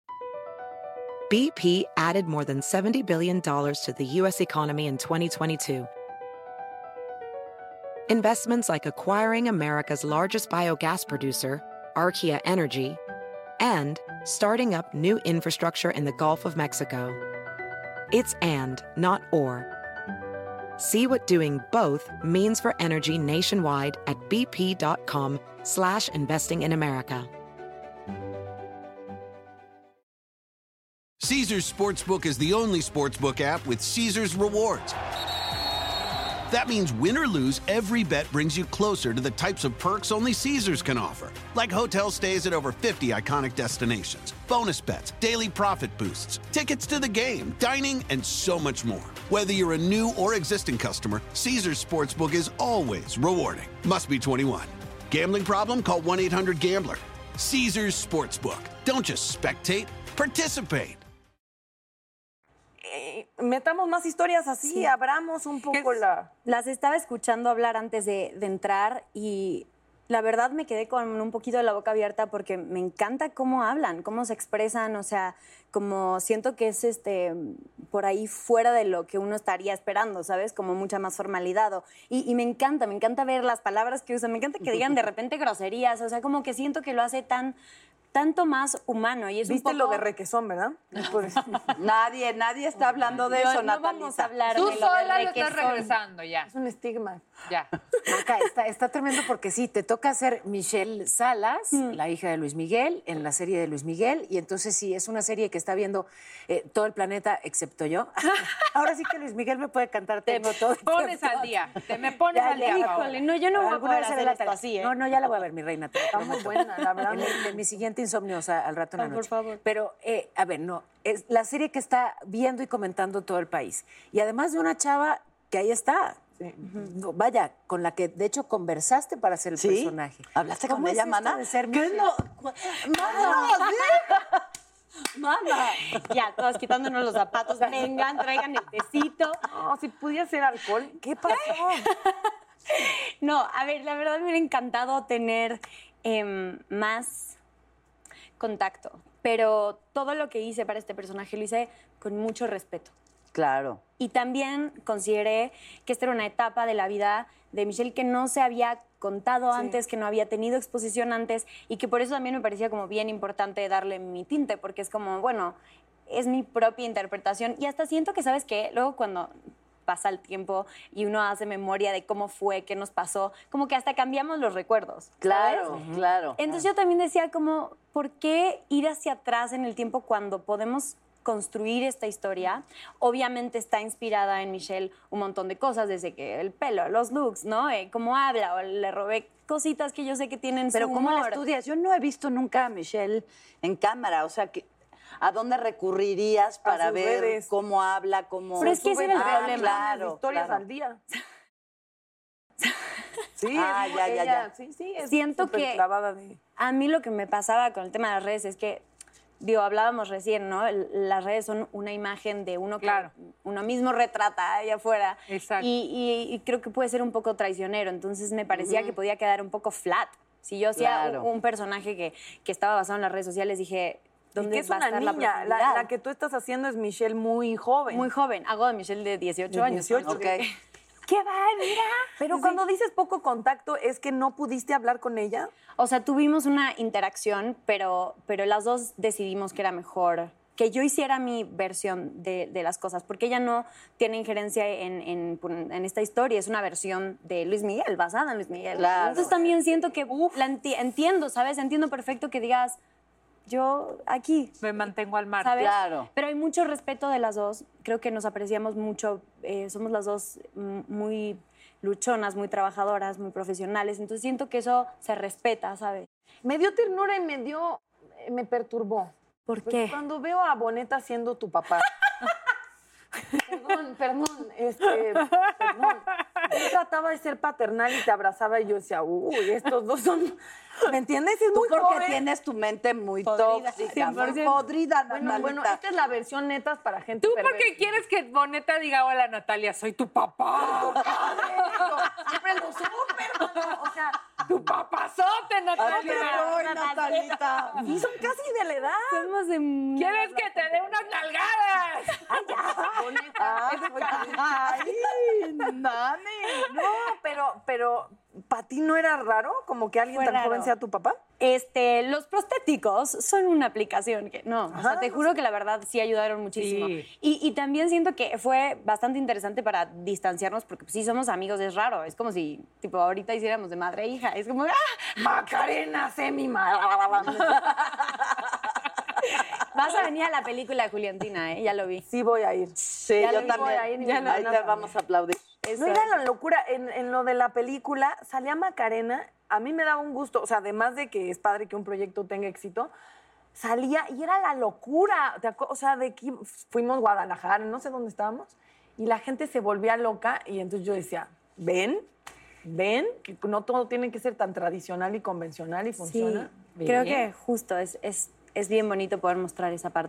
B P added more than seventy billion dollars to the U S economy in twenty twenty-two. Investments like acquiring America's largest biogas producer, Archaea Energy, and starting up new infrastructure in the Gulf of Mexico. It's and, not or. See what doing both means for energy nationwide at bp.com slash investing in America. Caesars Sportsbook is the only sportsbook app with Caesars Rewards. That means win or lose, every bet brings you closer to the types of perks only Caesars can offer, like hotel stays at over fifty iconic destinations, bonus bets, daily profit boosts, tickets to the game, dining, and so much more. Whether you're a new or existing customer, Caesars Sportsbook is always rewarding. Must be twenty-one. Gambling problem? Call one eight hundred gambler. Caesars Sportsbook. Don't just spectate, participate. eh, metamos más historias así, Sí. abramos un poco la... Las estaba escuchando hablar antes de, de entrar y la verdad me quedé con un poquito de la boca abierta porque me encanta cómo hablan, cómo se expresan, o sea, como siento que es este por ahí fuera de lo que uno estaría esperando, ¿sabes? Como mucha más formalidad. o- Y, y me encanta, me encanta ver las palabras que usan, me encanta que digan de repente groserías, o sea, como que siento que lo hace tan tanto más humano y es Viste un poco... lo de requesón, ¿verdad? Pues, Nadie, nadie está hablando de Yo- eso, no Natalita. vamos a hablar Tú de lo de sola lo estás requesón. regresando, ya. es un estigma. Ya. Acá está, está tremendo porque sí, te toca ser Michelle Salas, la hija de Luis Miguel, en la serie de Luis Miguel, y entonces sí, es una serie que está viendo eh, todo el planeta excepto yo. Ahora sí que Luis Miguel me puede cantar, tengo todo. Pones al día. Te me pones Ya, al ya, día. Híjole, no, yo no voy a Alguna poder vez haré hacer la esto tarea. así, ¿eh? No, no, ya la voy a ver, mi reina. te lo Está muy prometo. buena, la verdad. En, el- en mi siguiente insomnio, o sea, al rato en la Ah, por noche. favor. Pero, eh, a ver, no, es la serie que está viendo y comentando todo el país. Y además de una chava que ahí está. No, vaya, con la que de hecho conversaste para hacer el ¿Sí? personaje. ¿Hablaste con ¿Cómo ella, es esto mana? de ser ¿Qué Michelle? no? ¡Mana! ¿Sí? ¡Mana! Ya, todos quitándonos los zapatos. Vengan, traigan el tecito. No, si pudiera ser alcohol, ¿qué pasó? No, a ver, la verdad me hubiera encantado tener em, más contacto, pero todo lo que hice para este personaje lo hice con mucho respeto. Claro. Y también consideré que esta era una etapa de la vida de Michelle que no se había contado antes, que no había tenido exposición antes y que por eso también me parecía como bien importante darle mi tinte, porque es como, bueno, es mi propia interpretación y hasta siento que, ¿sabes qué? Luego cuando pasa el tiempo y uno hace memoria de cómo fue, qué nos pasó, como que hasta cambiamos los recuerdos. ¿sabes? Claro, claro. Entonces yo también decía como, ¿por qué ir hacia atrás en el tiempo cuando podemos construir esta historia? Obviamente está inspirada en Michelle un montón de cosas, desde que el pelo, los looks, ¿no? Eh, cómo habla, o le robé cositas que yo sé que tienen Pero su ¿cómo la humor. estudias? Yo no he visto nunca a Michelle en cámara, o sea, que, ¿a dónde recurrirías para sus ver redes. cómo habla, cómo... Pero es que ese era el Ah, problema. Claro, historias claro. al día. Sí, Ah, es- ya, ya, ella- ya. Sí, sí, es Siento súper que- clavada de... A mí lo que me pasaba con el tema de las redes es que, digo, hablábamos recién, ¿no? El- Las redes son una imagen de uno que Claro. uno mismo retrata ahí afuera. Exacto. Y, y- y creo que puede ser un poco traicionero. Entonces me parecía que podía quedar un poco flat. Si yo hacía Claro. un, un personaje que, que estaba basado en las redes sociales, dije, Y ¿dónde que es va a una estar niña. la La, profundidad? la que tú estás haciendo es Michelle muy joven. Muy joven. Hago de Michelle de dieciocho De años. dieciocho. Ok. ¿Qué va? Mira. Pero cuando dices poco contacto, ¿es que no pudiste hablar con ella? O sea, tuvimos una interacción, pero, pero las dos decidimos que era mejor que yo hiciera mi versión de, de las cosas, porque ella no tiene injerencia en, en- en esta historia, es una versión de Luis Miguel, basada en Luis Miguel. Claro. Entonces también siento que la enti- entiendo, ¿sabes? Entiendo perfecto que digas, yo aquí, Me mantengo al margen. ¿sabes? Claro. Pero hay mucho respeto de las dos. Creo que nos apreciamos mucho. eh, somos las dos mm, muy luchonas, muy trabajadoras, muy profesionales. Entonces siento que eso se respeta, ¿sabes? Me dio ternura y me dio... me perturbó. ¿Por Pues qué? cuando veo a Boneta siendo tu papá. Perdón, perdón, este, perdón. Yo trataba de ser paternal y te abrazaba y yo decía, uy, estos dos son, ¿me entiendes? Es Tú muy porque joven. tienes tu mente muy Podrida, tóxica, cien por muy ciento. podrida, Bueno, Natalita. bueno, esta es la versión netas para gente ¿Tú perversa. por qué quieres que Boneta diga, hola Natalia, soy tu papá? Siempre lo supe, hermano. O sea, ¡Tu papazote, Así Natalia! soy, Natalita. y son casi de la edad. Somos de... ¿Quieres que te dé unas nalgadas? Ay, nani. No, pero, pero, ¿para ti no era raro como que alguien Fue tan raro. joven sea tu papá? Este, los prostéticos son una aplicación que no, o sea, Ajá, te no juro que la verdad sí ayudaron muchísimo. Sí. Y, y también siento que fue bastante interesante para distanciarnos porque pues, sí somos amigos, es raro, es como si tipo ahorita hiciéramos de madre e hija, es como ¡ah! Macarena, semi ma- Vas a venir a la película de Juliantina, ¿eh? Ya lo vi. Sí voy a ir. Sí, Ya yo lo también. voy a ir y Ya mi Ahí hermana te también. vamos a aplaudir. Eso. No era la locura. En, en lo de la película salía Macarena. A mí me daba un gusto. O sea, además de que es padre que un proyecto tenga éxito, salía y era la locura. ¿Te acu- O sea, de que fuimos a Guadalajara, no sé dónde estábamos, y la gente se volvía loca. Y entonces yo decía, ven, ven, que no todo tiene que ser tan tradicional y convencional y Sí, funciona. creo Bien. que justo es, es, es bien bonito poder mostrar esa parte.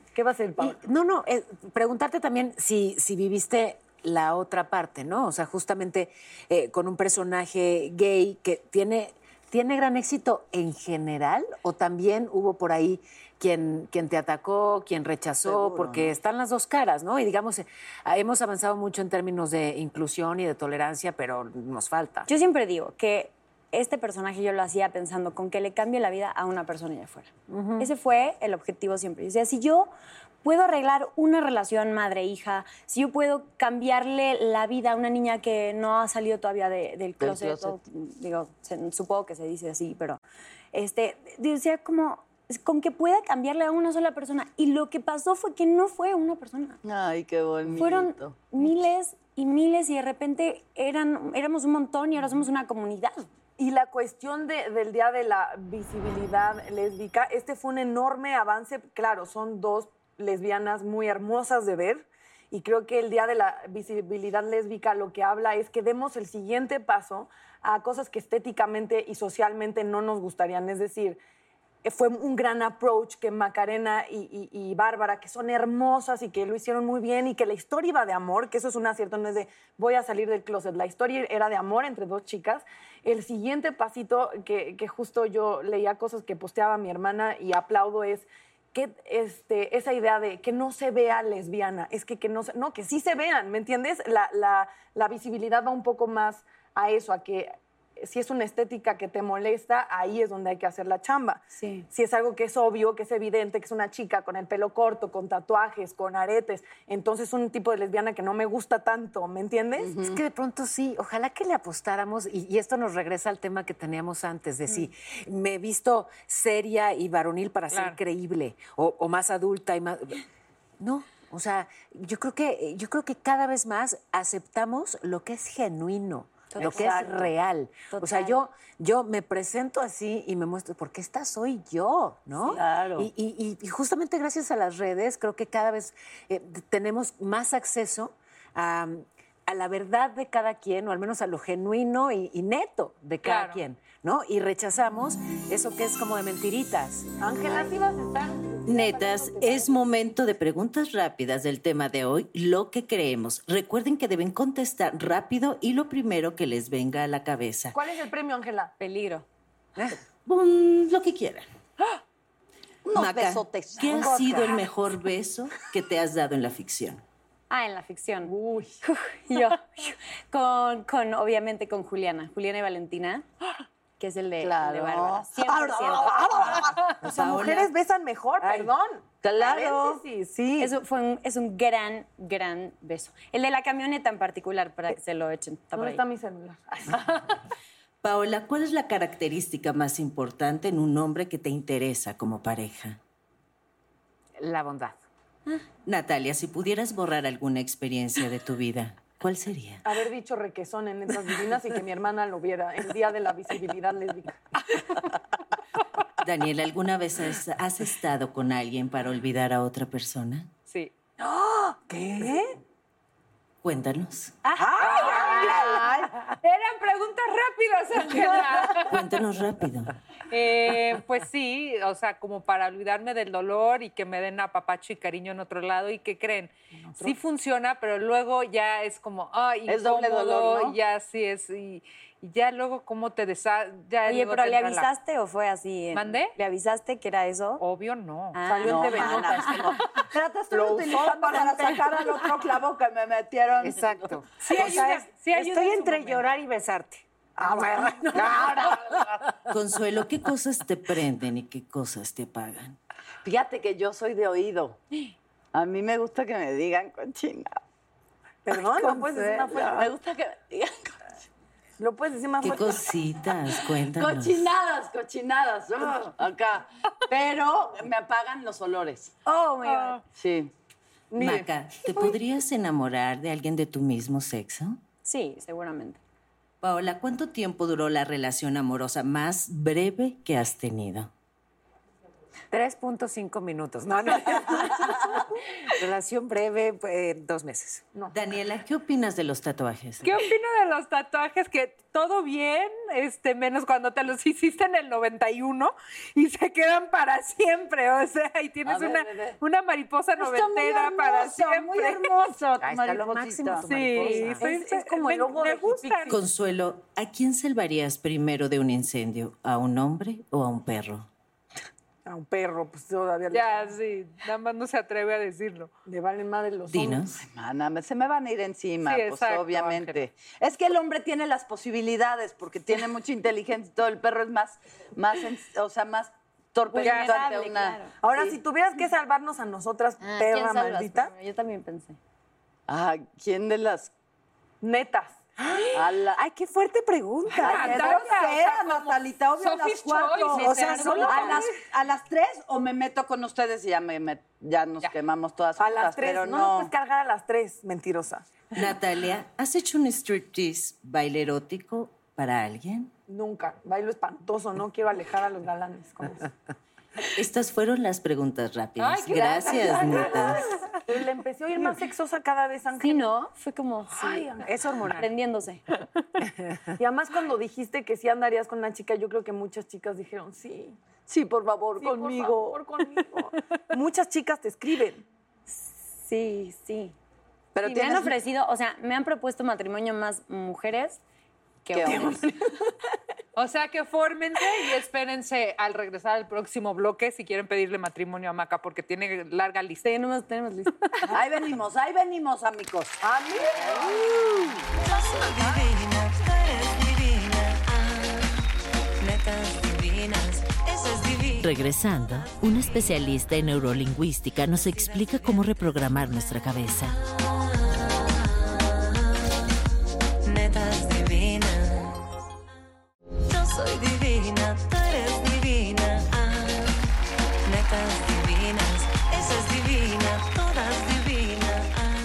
¿Qué va a ser, Paola? Y- no, no, eh, preguntarte también si, si viviste la otra parte, ¿no? O sea, justamente eh, con un personaje gay que tiene, tiene gran éxito en general, o también hubo por ahí quien, quien te atacó, quien rechazó, Seguro, porque ¿no? están las dos caras, ¿no? Y digamos, eh, hemos avanzado mucho en términos de inclusión y de tolerancia, pero nos falta. Yo siempre digo que este personaje yo lo hacía pensando con que le cambie la vida a una persona allá afuera. Ese fue el objetivo siempre. O sea, si yo puedo arreglar una relación madre-hija, si yo puedo cambiarle la vida a una niña que no ha salido todavía de- del closet, closet. o, digo, se- supongo que se dice así, pero este, decía como con que pueda cambiarle a una sola persona. Y lo que pasó fue que no fue una persona. Ay, qué bonito. Fueron miles y miles y de repente eran, éramos un montón y ahora somos una comunidad. Y la cuestión de- del Día de la Visibilidad Lésbica, este fue un enorme avance. Claro, son dos lesbianas muy hermosas de ver. Y creo que el Día de la Visibilidad Lésbica lo que habla es que demos el siguiente paso a cosas que estéticamente y socialmente no nos gustarían. Es decir, eh, fue un gran approach que Macarena y, y- y Bárbara, que son hermosas y que lo hicieron muy bien y que la historia iba de amor, que eso es un acierto, no es de voy a salir del closet. La historia era de amor entre dos chicas. El siguiente pasito, que, que justo yo leía cosas que posteaba mi hermana y aplaudo, es que este, esa idea de que no se vea lesbiana, es que, que no, se- no, que sí se vean, ¿me entiendes? La, la, la visibilidad va un poco más a eso, a que si es una estética que te molesta, ahí es donde hay que hacer la chamba. Sí. Si es algo que es obvio, que es evidente, que es una chica con el pelo corto, con tatuajes, con aretes, entonces es un tipo de lesbiana que no me gusta tanto, ¿me entiendes? Es que de pronto sí, ojalá que le apostáramos, y, y esto nos regresa al tema que teníamos antes, de si me he visto seria y varonil para ser Claro. creíble, o, o más adulta y más... No, o sea, yo creo que, yo creo que cada vez más aceptamos lo que es genuino, lo que es Exacto. real. O sea, Total. yo, yo me presento así y me muestro, porque esta soy yo, ¿no? Claro. Y, y- y justamente gracias a las redes creo que cada vez eh, tenemos más acceso a, a la verdad de cada quien, o al menos a lo genuino y, y neto de cada Claro. quien, ¿no? Y rechazamos eso que es como de mentiritas. Ángela, sí vas a estar. Netas, es momento de preguntas rápidas del tema de hoy, lo que creemos. Recuerden que deben contestar rápido y lo primero que les venga a la cabeza. ¿Cuál es el premio, Ángela? Peligro. Mm, lo que quieran. Unos Maca, besotes. ¿qué ha Vodka. sido el mejor beso que te has dado en la ficción? Ah, en la ficción. Uy. Yo. Con, con, obviamente, con Juliana. Juliana y Valentina, que es el de, Claro. el de Bárbara. cien por ciento. O sea, Paola. mujeres besan mejor, Ay, perdón. claro. Paréntesis, sí. Eso fue un, es un gran, gran beso. El de la camioneta en particular, para que se lo echen. Está por ¿Dónde ahí. está mi celular? Ay, sí. Paola, ¿cuál es la característica más importante en un hombre que te interesa como pareja? La bondad. Natalia, si pudieras borrar alguna experiencia de tu vida, ¿cuál sería? Haber dicho requesón en Letras Divinas y que mi hermana lo viera el día de la visibilidad lésbica. Daniela, ¿alguna vez has, has estado con alguien para olvidar a otra persona? Sí. ¿Qué? Cuéntanos. Eran preguntas rápidas, Ángela. Cuéntanos rápido. Eh, pues sí, o sea, como para olvidarme del dolor y que me den apapacho y cariño en otro lado. ¿Y qué creen? Sí funciona, pero luego ya es como, ay, Es doble incómodo, dolor, ¿no? y ya sí es, y, y ya luego cómo te desa... Ya Oye, luego pero te ¿le entra la- avisaste o fue así? en- ¿Mandé? ¿Le avisaste que era eso? Obvio no. Ah, Salió no, en T V mana. Notas. Pero te estoy Lo usó utilizando para- para sacar al otro clavo que me metieron. Exacto. Sí O ayuda, sea, es- sí ayuda estoy en su entre momento. llorar y besarte. Ah, bueno. Consuelo, ¿qué cosas te prenden y qué cosas te apagan? Fíjate que yo soy de oído. A mí me gusta que me digan cochina. Perdón, ¿lo puedes decir más fuerte? Me gusta que me digan ¿Lo puedes decir más ¿Qué fuerte? cositas? Cuéntanos. cochinadas, cochinadas. ah, acá. Pero me apagan los olores. Oh, my God. Sí. Maca, ¿te podrías enamorar de alguien de tu mismo sexo? Sí, seguramente. Paola, ¿cuánto tiempo duró la relación amorosa más breve que has tenido? tres punto cinco minutos. No, no. Relación breve, eh, dos meses. Daniela, ¿qué opinas de los tatuajes? ¿Qué opino de los tatuajes que todo bien, este, menos cuando te los hiciste en el noventa y uno y se quedan para siempre, o sea, y tienes A ver, una, bebé. una mariposa Está muy noventera hermoso, para siempre. muy hermoso, tu Ahí está lo mariposita. máximo, tu Sí, mariposa. soy- Es- es como el me- logo me de gustan. Consuelo, ¿a quién salvarías primero de un incendio? ¿A un hombre o a un perro? A un perro, pues todavía le- Ya, sí, nada más no se atreve a decirlo. le valen madre los Dinos. hombres. Mana, me- se me van a ir encima, Sí, pues exacto, obviamente. Es que el hombre tiene las posibilidades porque tiene mucha inteligencia y todo. El perro es más, más, en- o sea, más torpe Vulnerable, ante una. claro. Ahora, Sí. si tuvieras que salvarnos a nosotras, Ah, ¿quién perra salvas maldita, primero? Yo también pensé. Ah, ¿quién de las? netas. A la... Ay, qué fuerte pregunta. Ay, qué Natalia, grosera, o sea, como Natalita, obvio a las Sophie's cuatro. Choice, O sea, literal, solo ¿no? a las, a las tres o me meto con ustedes y ya, me, me- ya nos quemamos todas A juntas, las tres, pero no, no. nos puedes cargar a las tres, mentirosa. Natalia, ¿has hecho un striptease baile erótico para alguien? Nunca. Bailo espantoso, no quiero alejar a los galanes con eso. Estas fueron las preguntas rápidas. Ay, qué Gracias, netas. Pero le empecé a oír más sexosa cada vez, Ángel. Sí, ¿no? Fue como Ay, sí, Ángel. Es hormonal. aprendiéndose. Y además cuando dijiste que sí andarías con una chica, yo creo que muchas chicas dijeron, sí, sí, por favor, Sí, conmigo. por Por conmigo. Muchas chicas te escriben. Sí, sí. Pero Sí, me han tienes- ofrecido, o sea, me han propuesto matrimonio más mujeres que ¿Qué hombres. O sea que fórmense y espérense al regresar al próximo bloque si quieren pedirle matrimonio a Maca, porque tiene larga lista. Tenemos, tenemos listo. Ahí venimos, ahí venimos, amigos. Yo soy divina, tú eres divina. Ah, netas divinas, eso es divino. Regresando, un especialista en neurolingüística nos explica cómo reprogramar nuestra cabeza. Netas divinas. Yo soy divina, tú eres divina. Ah, netas divinas, eso es divina, todas divinas.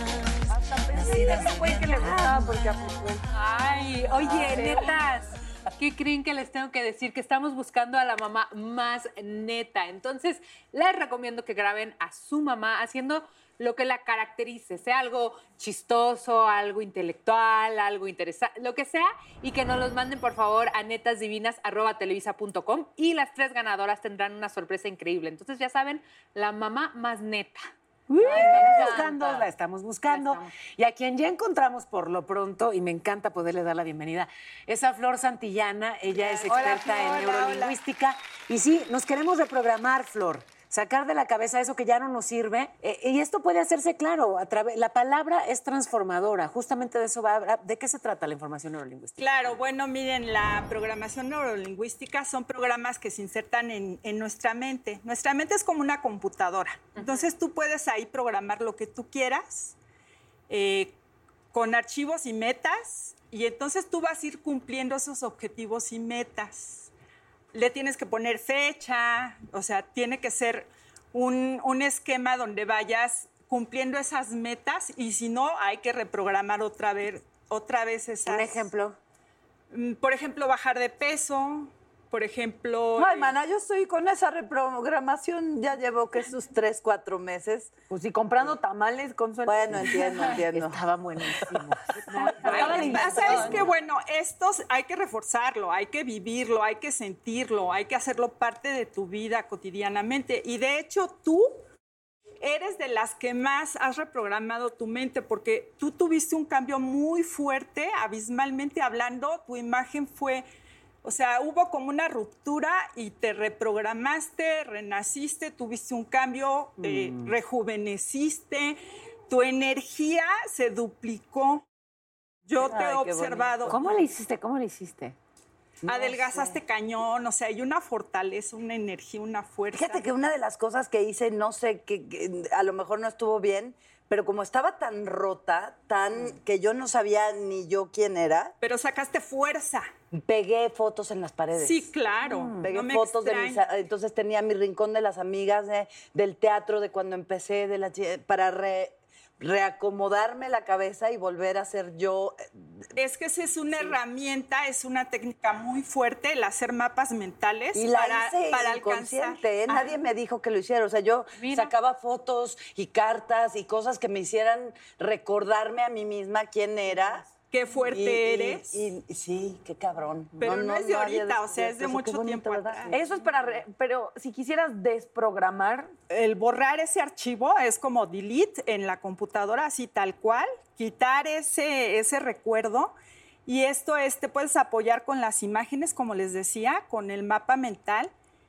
Ah, nacidas Fue que le gustaba porque apostó. Ay, oye, netas, ¿qué creen que les tengo que decir? Que estamos buscando a la mamá más neta. Entonces, les recomiendo que graben a su mamá haciendo lo que la caracterice, sea algo chistoso, algo intelectual, algo interesante, lo que sea, y que nos los manden, por favor, a netasdivinas arroba televisa punto com, y las tres ganadoras tendrán una sorpresa increíble. Entonces, ya saben, la mamá más neta. Uy, la estamos buscando, la estamos buscando. La estamos. Y a quien ya encontramos por lo pronto, y me encanta poderle dar la bienvenida, es a Flor Santillana. Ella es Hola, experta Flor, en hola, neurolingüística. Y sí, nos queremos reprogramar, Flor. Sacar de la cabeza eso que ya no nos sirve. Eh, y esto puede hacerse claro. A través, la palabra es transformadora. Justamente de eso va. a- ¿De qué se trata la información neurolingüística? Claro, bueno, miren, la programación neurolingüística son programas que se insertan en, en nuestra mente. Nuestra mente es como una computadora. Entonces tú puedes ahí programar lo que tú quieras eh, con archivos y metas, y entonces tú vas a ir cumpliendo esos objetivos y metas. Le tienes que poner fecha, o sea, tiene que ser un, un esquema donde vayas cumpliendo esas metas, y si no, hay que reprogramar otra vez, otra vez esas. Un ejemplo. Mm, Por ejemplo, bajar de peso, por ejemplo... Ay, eh, mana, yo estoy con esa reprogramación, ya llevo que sus tres, cuatro meses. Pues si comprando tamales con su... Bueno, entiendo, entiendo. Estaba buenísimo. Lo que pasa es que, bueno, estos hay que reforzarlo, hay que vivirlo, hay que sentirlo, hay que hacerlo parte de tu vida cotidianamente. Y de hecho, tú eres de las que más has reprogramado tu mente, porque tú tuviste un cambio muy fuerte, abismalmente hablando. Tu imagen fue, o sea, hubo como una ruptura y te reprogramaste, renaciste, tuviste un cambio, eh, rejuveneciste, tu energía se duplicó. Yo te he Ay, qué observado. ¿Cómo le hiciste? ¿Cómo le hiciste? Adelgazaste cañón, o sea, hay una fortaleza, una energía, una fuerza. Fíjate que una de las cosas que hice, no sé, que, que a lo mejor no estuvo bien, pero como estaba tan rota, tan que yo no sabía ni yo quién era, Pero sacaste fuerza. pegué fotos en las paredes. Sí, claro. Pegué no me fotos de mis, extraña. entonces tenía mi rincón de las amigas, de- del teatro, de cuando empecé, de la, chi- para re- reacomodarme la cabeza y volver a ser yo. Es que esa es una herramienta, es una técnica muy fuerte, el hacer mapas mentales Y la para, hice para alcanzar. inconsciente, ¿eh? Ah, Nadie me dijo que lo hiciera. O sea, yo Mira. sacaba fotos y cartas y cosas que me hicieran recordarme a mí misma quién era. qué fuerte Y- y- eres. Y, y- sí, qué cabrón. Pero no es de había ahorita, o sea, es de descubierto eso. mucho Qué bonito, tiempo ¿verdad? atrás. Eso es para... re- pero si quisieras desprogramar... El borrar ese archivo es como delete en la computadora, así tal cual, quitar ese, ese recuerdo. Y esto es, te puedes apoyar con las imágenes, como les decía, con el mapa mental.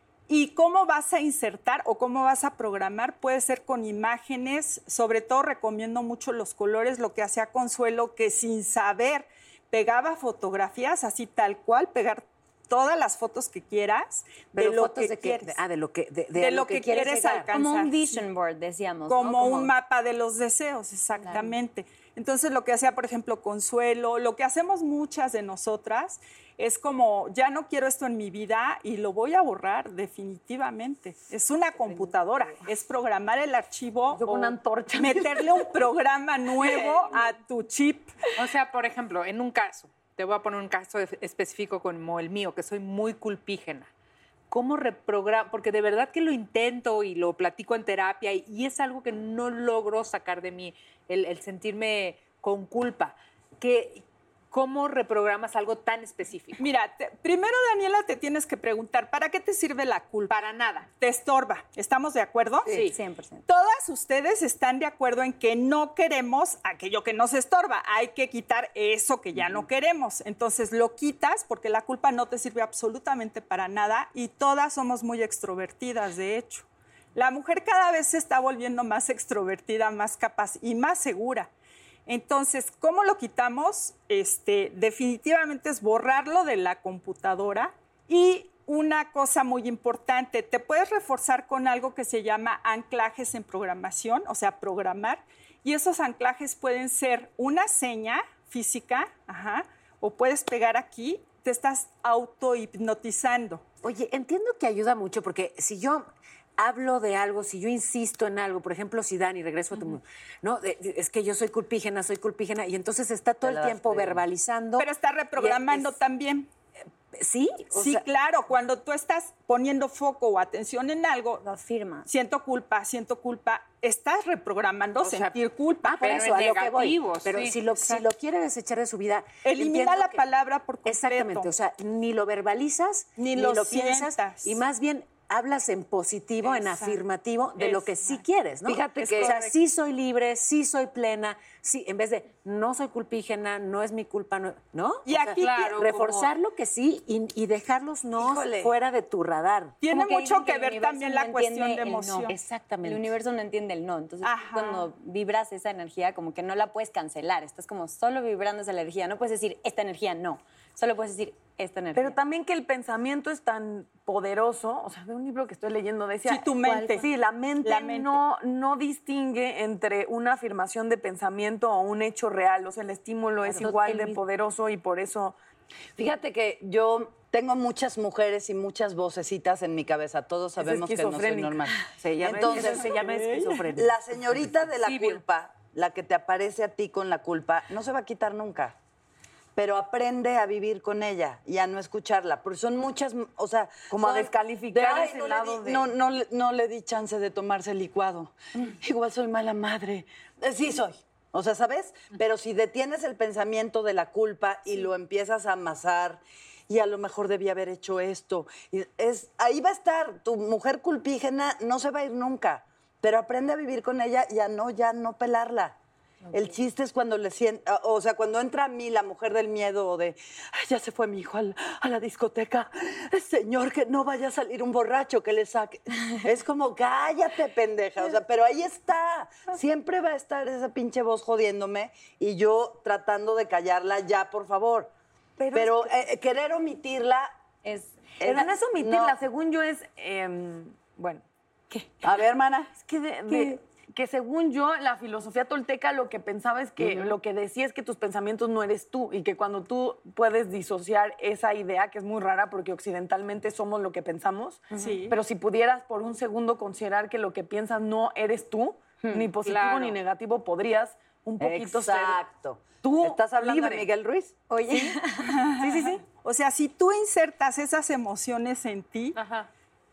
Y cómo vas a insertar o cómo vas a programar puede ser con imágenes. Sobre todo recomiendo mucho los colores, lo que hacía Consuelo, que sin saber pegaba fotografías así tal cual, pegar todas las fotos que quieras Pero de lo fotos que de qué? quieres. De- ah, de lo que, de, de De a lo que quieres llegar. alcanzar. Como un sí. vision board, decíamos. ¿no? Como un mapa de los deseos, exactamente. Entonces, lo que hacía, por ejemplo, Consuelo, lo que hacemos muchas de nosotras, es como, ya no quiero esto en mi vida y lo voy a borrar definitivamente. Es una computadora, es programar el archivo Yo con o una antorcha. meterle un programa nuevo a tu chip. O sea, por ejemplo, en un caso, te voy a poner un caso e- específico como el mío, que soy muy culpígena. ¿Cómo reprogramo? Porque de verdad que lo intento y lo platico en terapia y, y es algo que no logro sacar de mí, el, el sentirme con culpa. Que, ¿Cómo reprogramas algo tan específico? Mira, te- primero, Daniela, te tienes que preguntar, ¿para qué te sirve la culpa? Para nada. ¿Te estorba? ¿Estamos de acuerdo? Sí, cien por ciento. Todas ustedes están de acuerdo en que no queremos aquello que nos estorba. Hay que quitar eso que ya no queremos. Entonces lo quitas porque la culpa no te sirve absolutamente para nada y todas somos muy extrovertidas, de hecho. La mujer cada vez se está volviendo más extrovertida, más capaz y más segura. Entonces, ¿cómo lo quitamos? Este, definitivamente es borrarlo de la computadora y una cosa muy importante, te puedes reforzar con algo que se llama anclajes en programación, o sea, programar, y esos anclajes pueden ser una seña física, ajá, o puedes pegar aquí, te estás autohipnotizando. Oye, entiendo que ayuda mucho porque si yo hablo de algo, si yo insisto en algo, por ejemplo, si Dani, regreso a tu... No, de- de- es que yo soy culpígena, soy culpígena, y entonces está todo el tiempo verbalizando. Pero está reprogramando y es- también. ¿Sí? O Sí, sea- claro, cuando tú estás poniendo foco o atención en algo, Lo afirma. siento culpa, siento culpa, estás reprogramando O sea, sentir culpa. Ah, por Pero eso, en a lo que voy. negativo, Pero sí. si, lo, si lo quiere desechar de su vida... Elimina entiendo la que- palabra por completo. Exactamente, o sea, ni lo verbalizas, Ni ni, lo lo, piensas, sientas. y más bien hablas en positivo, en Exacto. afirmativo de lo que sí Exacto. quieres, ¿no? Fíjate Es que- o sea, correcto. sí soy libre, sí soy plena, sí, en vez de no soy culpígena, no es mi culpa, no, ¿no? Y O sea, aquí claro, reforzar lo que sí y, y dejarlos no Híjole. fuera de tu radar. Tiene Como que mucho dicen que el ver universo también no la cuestión entiende de el no. emoción. Exactamente. El universo no entiende el no. Entonces, Ajá. cuando vibras esa energía, como que no la puedes cancelar. Estás como solo vibrando esa energía. No puedes decir, esta energía no. Solo puedes decir, esta energía. Pero también que el pensamiento es tan poderoso, o sea, de un libro que estoy leyendo decía... Sí, tu mente. Sí, la mente, La mente. No, no distingue entre una afirmación de pensamiento o un hecho real. O sea, el estímulo es Claro. igual El de mismo. poderoso y por eso... Fíjate que yo tengo muchas mujeres y muchas vocecitas en mi cabeza. Todos sabemos que no soy esquizofrénica. normal. Se llama- Entonces, eso se llama esquizofrenia. la señorita de la Sí, Vir. culpa, la que te aparece a ti con la culpa, no se va a quitar nunca. Pero aprende a vivir con ella y a no escucharla. Porque son muchas, o sea... Como a son descalificar de, "Ay, ese no le lado di- de- No, no, le- no le di chance de tomarse el licuado. Igual soy mala madre. Eh, Sí soy. O sea, ¿sabes? Pero si detienes el pensamiento de la culpa y lo empiezas a amasar y a lo mejor debía haber hecho esto, y es, ahí va a estar. Tu mujer culpígena no se va a ir nunca, pero aprende a vivir con ella y a no, ya no pelarla. El chiste es cuando le sienta, o sea, cuando entra a mí la mujer del miedo o de, "Ay, ya se fue mi hijo al- a la discoteca, señor, que no vaya a salir un borracho que le saque". Es como, cállate, pendeja, o sea, pero ahí está. Siempre va a estar esa pinche voz jodiéndome y yo tratando de callarla, ya, por favor. Pero Pero, es eh, querer omitirla... Es, Pero no es omitirla, no. según yo es... em, bueno, ¿qué? A ver, hermana. Es que, de- de- que según yo, la filosofía tolteca lo que pensaba es que, Ujú. lo que decía es que tus pensamientos no eres tú y que cuando tú puedes disociar esa idea, que es muy rara porque occidentalmente somos lo que pensamos, Sí. pero si pudieras por un segundo considerar que lo que piensas no eres tú, ni positivo claro. ni negativo, podrías un poquito Exacto. ser tú ¿Estás hablando libre. de Miguel Ruiz? oye, Sí, sí, sí. O sea, si tú insertas esas emociones en ti, Ajá.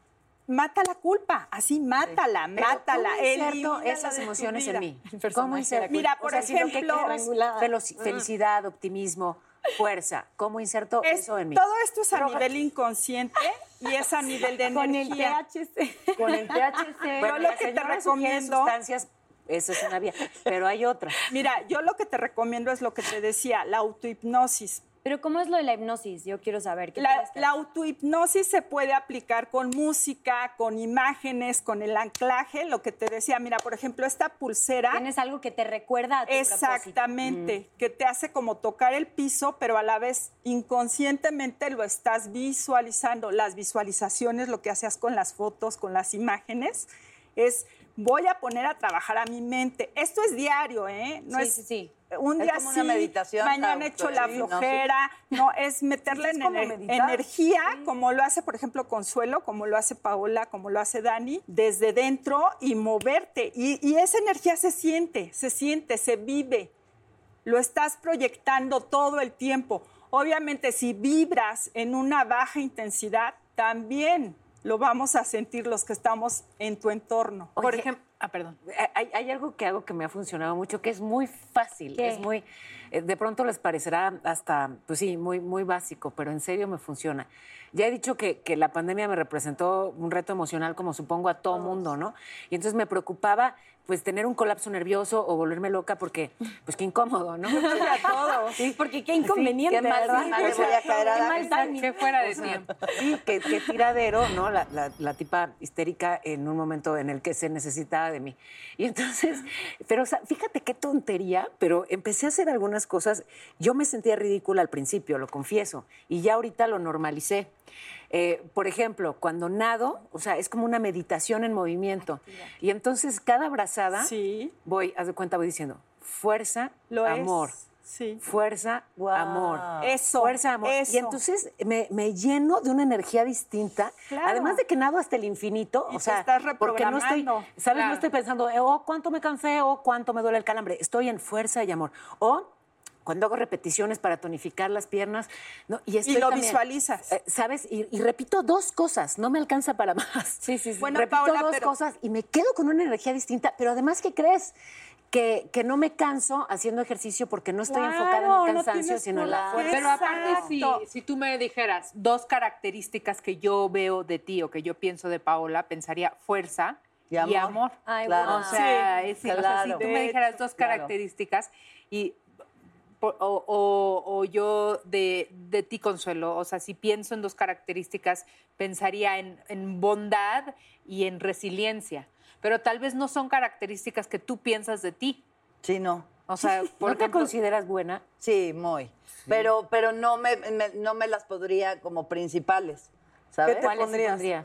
mata la culpa, así mátala, Pero mátala. ¿cómo inserto elimínala esas de tu emociones vida? en mí? ¿Cómo inserto? Mira, por O sea, si lo que ejemplo, quiero es felo- felicidad, optimismo, fuerza. ¿Cómo inserto es- eso en mí? todo esto es a nivel inconsciente y es a nivel de Con el energía. T H C. Con el T H C. Yo lo la que te señora sugiere recomiendo- sustancias, esa es una vía, pero hay otra. Mira, yo lo que te recomiendo es lo que te decía, la autohipnosis. Pero ¿cómo es lo de la hipnosis? Yo quiero saber. ¿Qué La, tienes que la hacer? autohipnosis se puede aplicar con música, con imágenes, con el anclaje, lo que te decía. Mira, por ejemplo, esta pulsera. Tienes algo que te recuerda a tu Exactamente, que te hace como tocar el piso, pero a la vez inconscientemente lo estás visualizando. Las visualizaciones, lo que hacías con las fotos, con las imágenes, es voy a poner a trabajar a mi mente. Esto es diario, ¿eh? No Sí, es sí, sí. un Es día como sí, una meditación, mañana la echo la autohipnosis. flojera. No, es meterle Es en como ener- meditar. energía, como lo hace, por ejemplo, Consuelo, como lo hace Paola, como lo hace Dani, desde dentro y moverte. Y, y esa energía se siente, se siente, se vive. Lo estás proyectando todo el tiempo. Obviamente, si vibras en una baja intensidad, también lo vamos a sentir los que estamos en tu entorno. Por Oye, ejemplo, ah, perdón. Hay, hay algo que hago que me ha funcionado mucho, que es muy fácil, ¿Qué? es muy, eh, de pronto les parecerá hasta, pues sí, muy, muy básico, pero en serio me funciona. Ya he dicho que, que la pandemia me representó un reto emocional, como supongo a todo mundo, ¿no? Y entonces me preocupaba, pues, tener un colapso nervioso o volverme loca porque, pues, qué incómodo, ¿no? A todos. Sí. Porque qué inconveniente, qué mal ¿verdad? día le voy a caer a Qué Dani. mal timing. Que fuera de O sea, tiempo. Sí, qué, qué tiradero, ¿no? La, la- la tipa histérica en un momento en el que se necesitaba de mí. Y entonces, pero o sea, fíjate qué tontería, pero empecé a hacer algunas cosas. Yo me sentía ridícula al principio, lo confieso, y ya ahorita lo normalicé. Eh, por ejemplo, cuando nado, o sea, es como una meditación en movimiento. Y entonces cada abrazada, Sí, voy, haz de cuenta, voy diciendo, fuerza, lo amor. es. Sí. Fuerza, Guau. amor. Eso, Fuerza, amor. eso. Y entonces me, me lleno de una energía distinta. Claro. Además de que nado hasta el infinito. Y o te sea, estás porque no estoy, reprogramando. ¿sabes? Claro. No estoy pensando, eh, oh, cuánto me cansé, o cuánto me duele el calambre. Estoy en fuerza y amor. O cuando hago repeticiones para tonificar las piernas. ¿no? Y, estoy Y lo también, visualizas. eh, ¿Sabes? Y, y repito dos cosas. No me alcanza para más. Sí, sí, sí. Bueno, repito Paola, dos pero- cosas y me quedo con una energía distinta. Pero además, ¿qué crees? Que, que no me canso haciendo ejercicio porque no estoy Claro, enfocada en no el cansancio, tienes sino en la por qué. fuerza. Pero aparte, si, Exacto. si tú me dijeras dos características que yo veo de ti o que yo pienso de Paola, pensaría fuerza Y y amor. amor. Ay, Claro. guau. O sea, es- o sea, claro. si tú De me dijeras hecho, dos claro. características y po- o, o- o yo de, de ti, Consuelo, o sea, si pienso en dos características, pensaría en, en bondad y en resiliencia, pero tal vez no son características que tú piensas de ti. Sí, no. O sea, por ¿No te ejemplo, consideras buena? Sí, muy. Pero, pero no me, me- no me las podría como principales, ¿sabes? te ¿Cuáles pondrías? pondrías?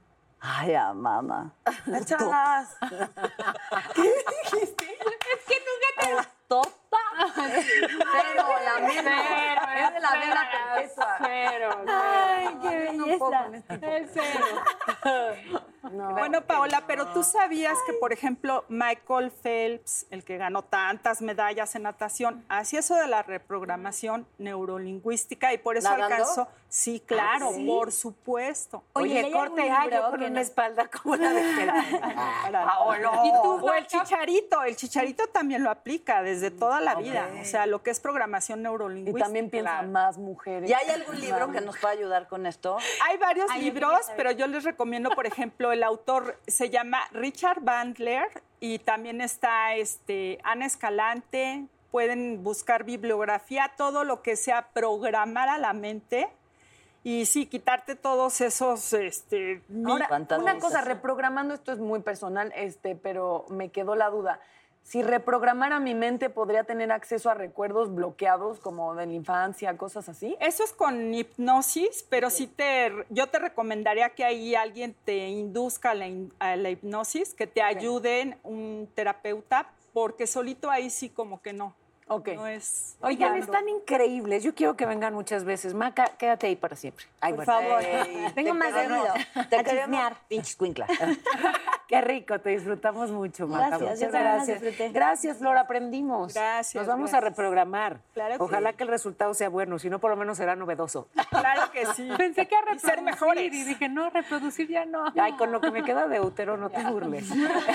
Ay, a mamá. Échalas. Topa. Pero la misma. Es de la misma perpetua. Cero, Ay, qué belleza. Bueno, Paola, pero tú sabías que, por ejemplo, Michael Phelps, el que ganó tantas medallas en natación, hacía eso de la reprogramación neurolingüística y por eso ¿Nadando? alcanzó. Sí, claro, ¿sí? por supuesto. Oye, Oye, ¿leí corte algún A, libro yo con que una no- espalda como la de ¿Y tú, o el chicharito, el chicharito también lo aplica desde toda la vida, o sea, lo que es programación Y neurolingüística. también piensa más mujeres. ¿Y hay algún libro que nos pueda ayudar con esto? Hay varios Ay, yo libros, quería saber. pero yo les recomiendo, por ejemplo, el autor se llama Richard Bandler y también está este, Ana Escalante. Pueden buscar bibliografía, todo lo que sea programar a la mente y sí, quitarte todos esos este, Ahora, ¿Cuántas una veces? cosa, reprogramando, esto es muy personal, este, pero me quedó la duda. Si reprogramara mi mente, ¿podría tener acceso a recuerdos bloqueados como de la infancia, cosas así? Eso es con hipnosis, pero sí te, yo te recomendaría que ahí alguien te induzca a la, hin- a la hipnosis, que te ayude un terapeuta, porque solito ahí sí como que no. Ok. No es. Oigan, Claro. están increíbles. Yo quiero que vengan muchas veces. Maca, quédate ahí para siempre. Ay, Por bueno. favor. Ey, Tengo te más queremos- seguido. Te A queremos, chismear. pinche escuincla. Qué rico, te disfrutamos mucho, Marta. Gracias, Muchas yo también las gracias. disfruté. Gracias, Flor, aprendimos. Gracias, Nos vamos gracias. a reprogramar. Claro que Ojalá sí. que el resultado sea bueno, si no, por lo menos será novedoso. Claro que sí. Pensé que a Y reproducir ser mejores. y dije, no, reproducir ya no. Ay, con lo que me queda de útero, no te burles.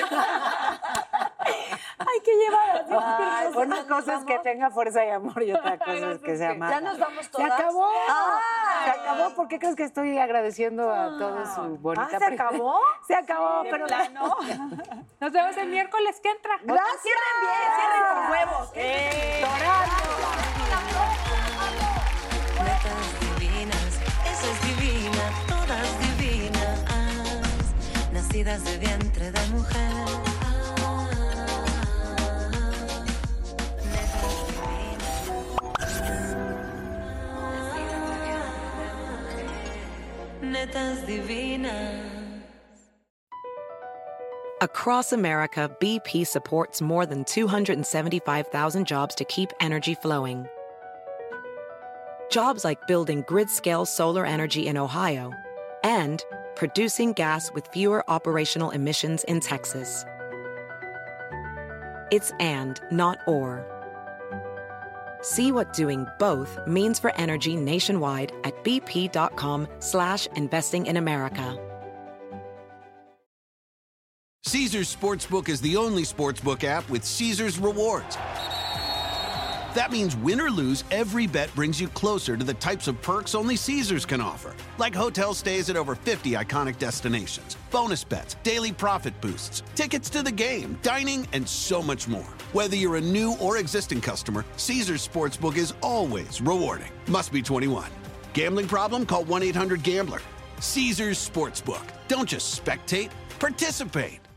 Ay, qué llevada. Ay, una cosa es que tenga fuerza y amor y otra cosa es que sea amada. Ya nos vamos Se todas. acabó. Ay. Se acabó. ¿Por qué crees que estoy agradeciendo a todos su bonita Ah, ¿se pre- acabó? Se acabó, De pero plano. Nos vemos el miércoles que entra. Gracias. Cierren bien, cierren con huevos. Eh, Netas divinas, esa es divina, todas divinas, nacidas de vientre de mujer. Netas divinas. Across America, B P supports more than two hundred seventy-five thousand jobs to keep energy flowing. Jobs like building grid-scale solar energy in Ohio and producing gas with fewer operational emissions in Texas. It's and, not or. See what doing both means for energy nationwide at bp.com slash investing in America. Caesars Sportsbook is the only sportsbook app with Caesars Rewards. That means win or lose, every bet brings you closer to the types of perks only Caesars can offer, like hotel stays at over fifty iconic destinations, bonus bets, daily profit boosts, tickets to the game, dining, and so much more. Whether you're a new or existing customer, Caesars Sportsbook is always rewarding. Must be twenty-one. Gambling problem? Call one eight hundred gambler. Caesars Sportsbook. Don't just spectate, participate.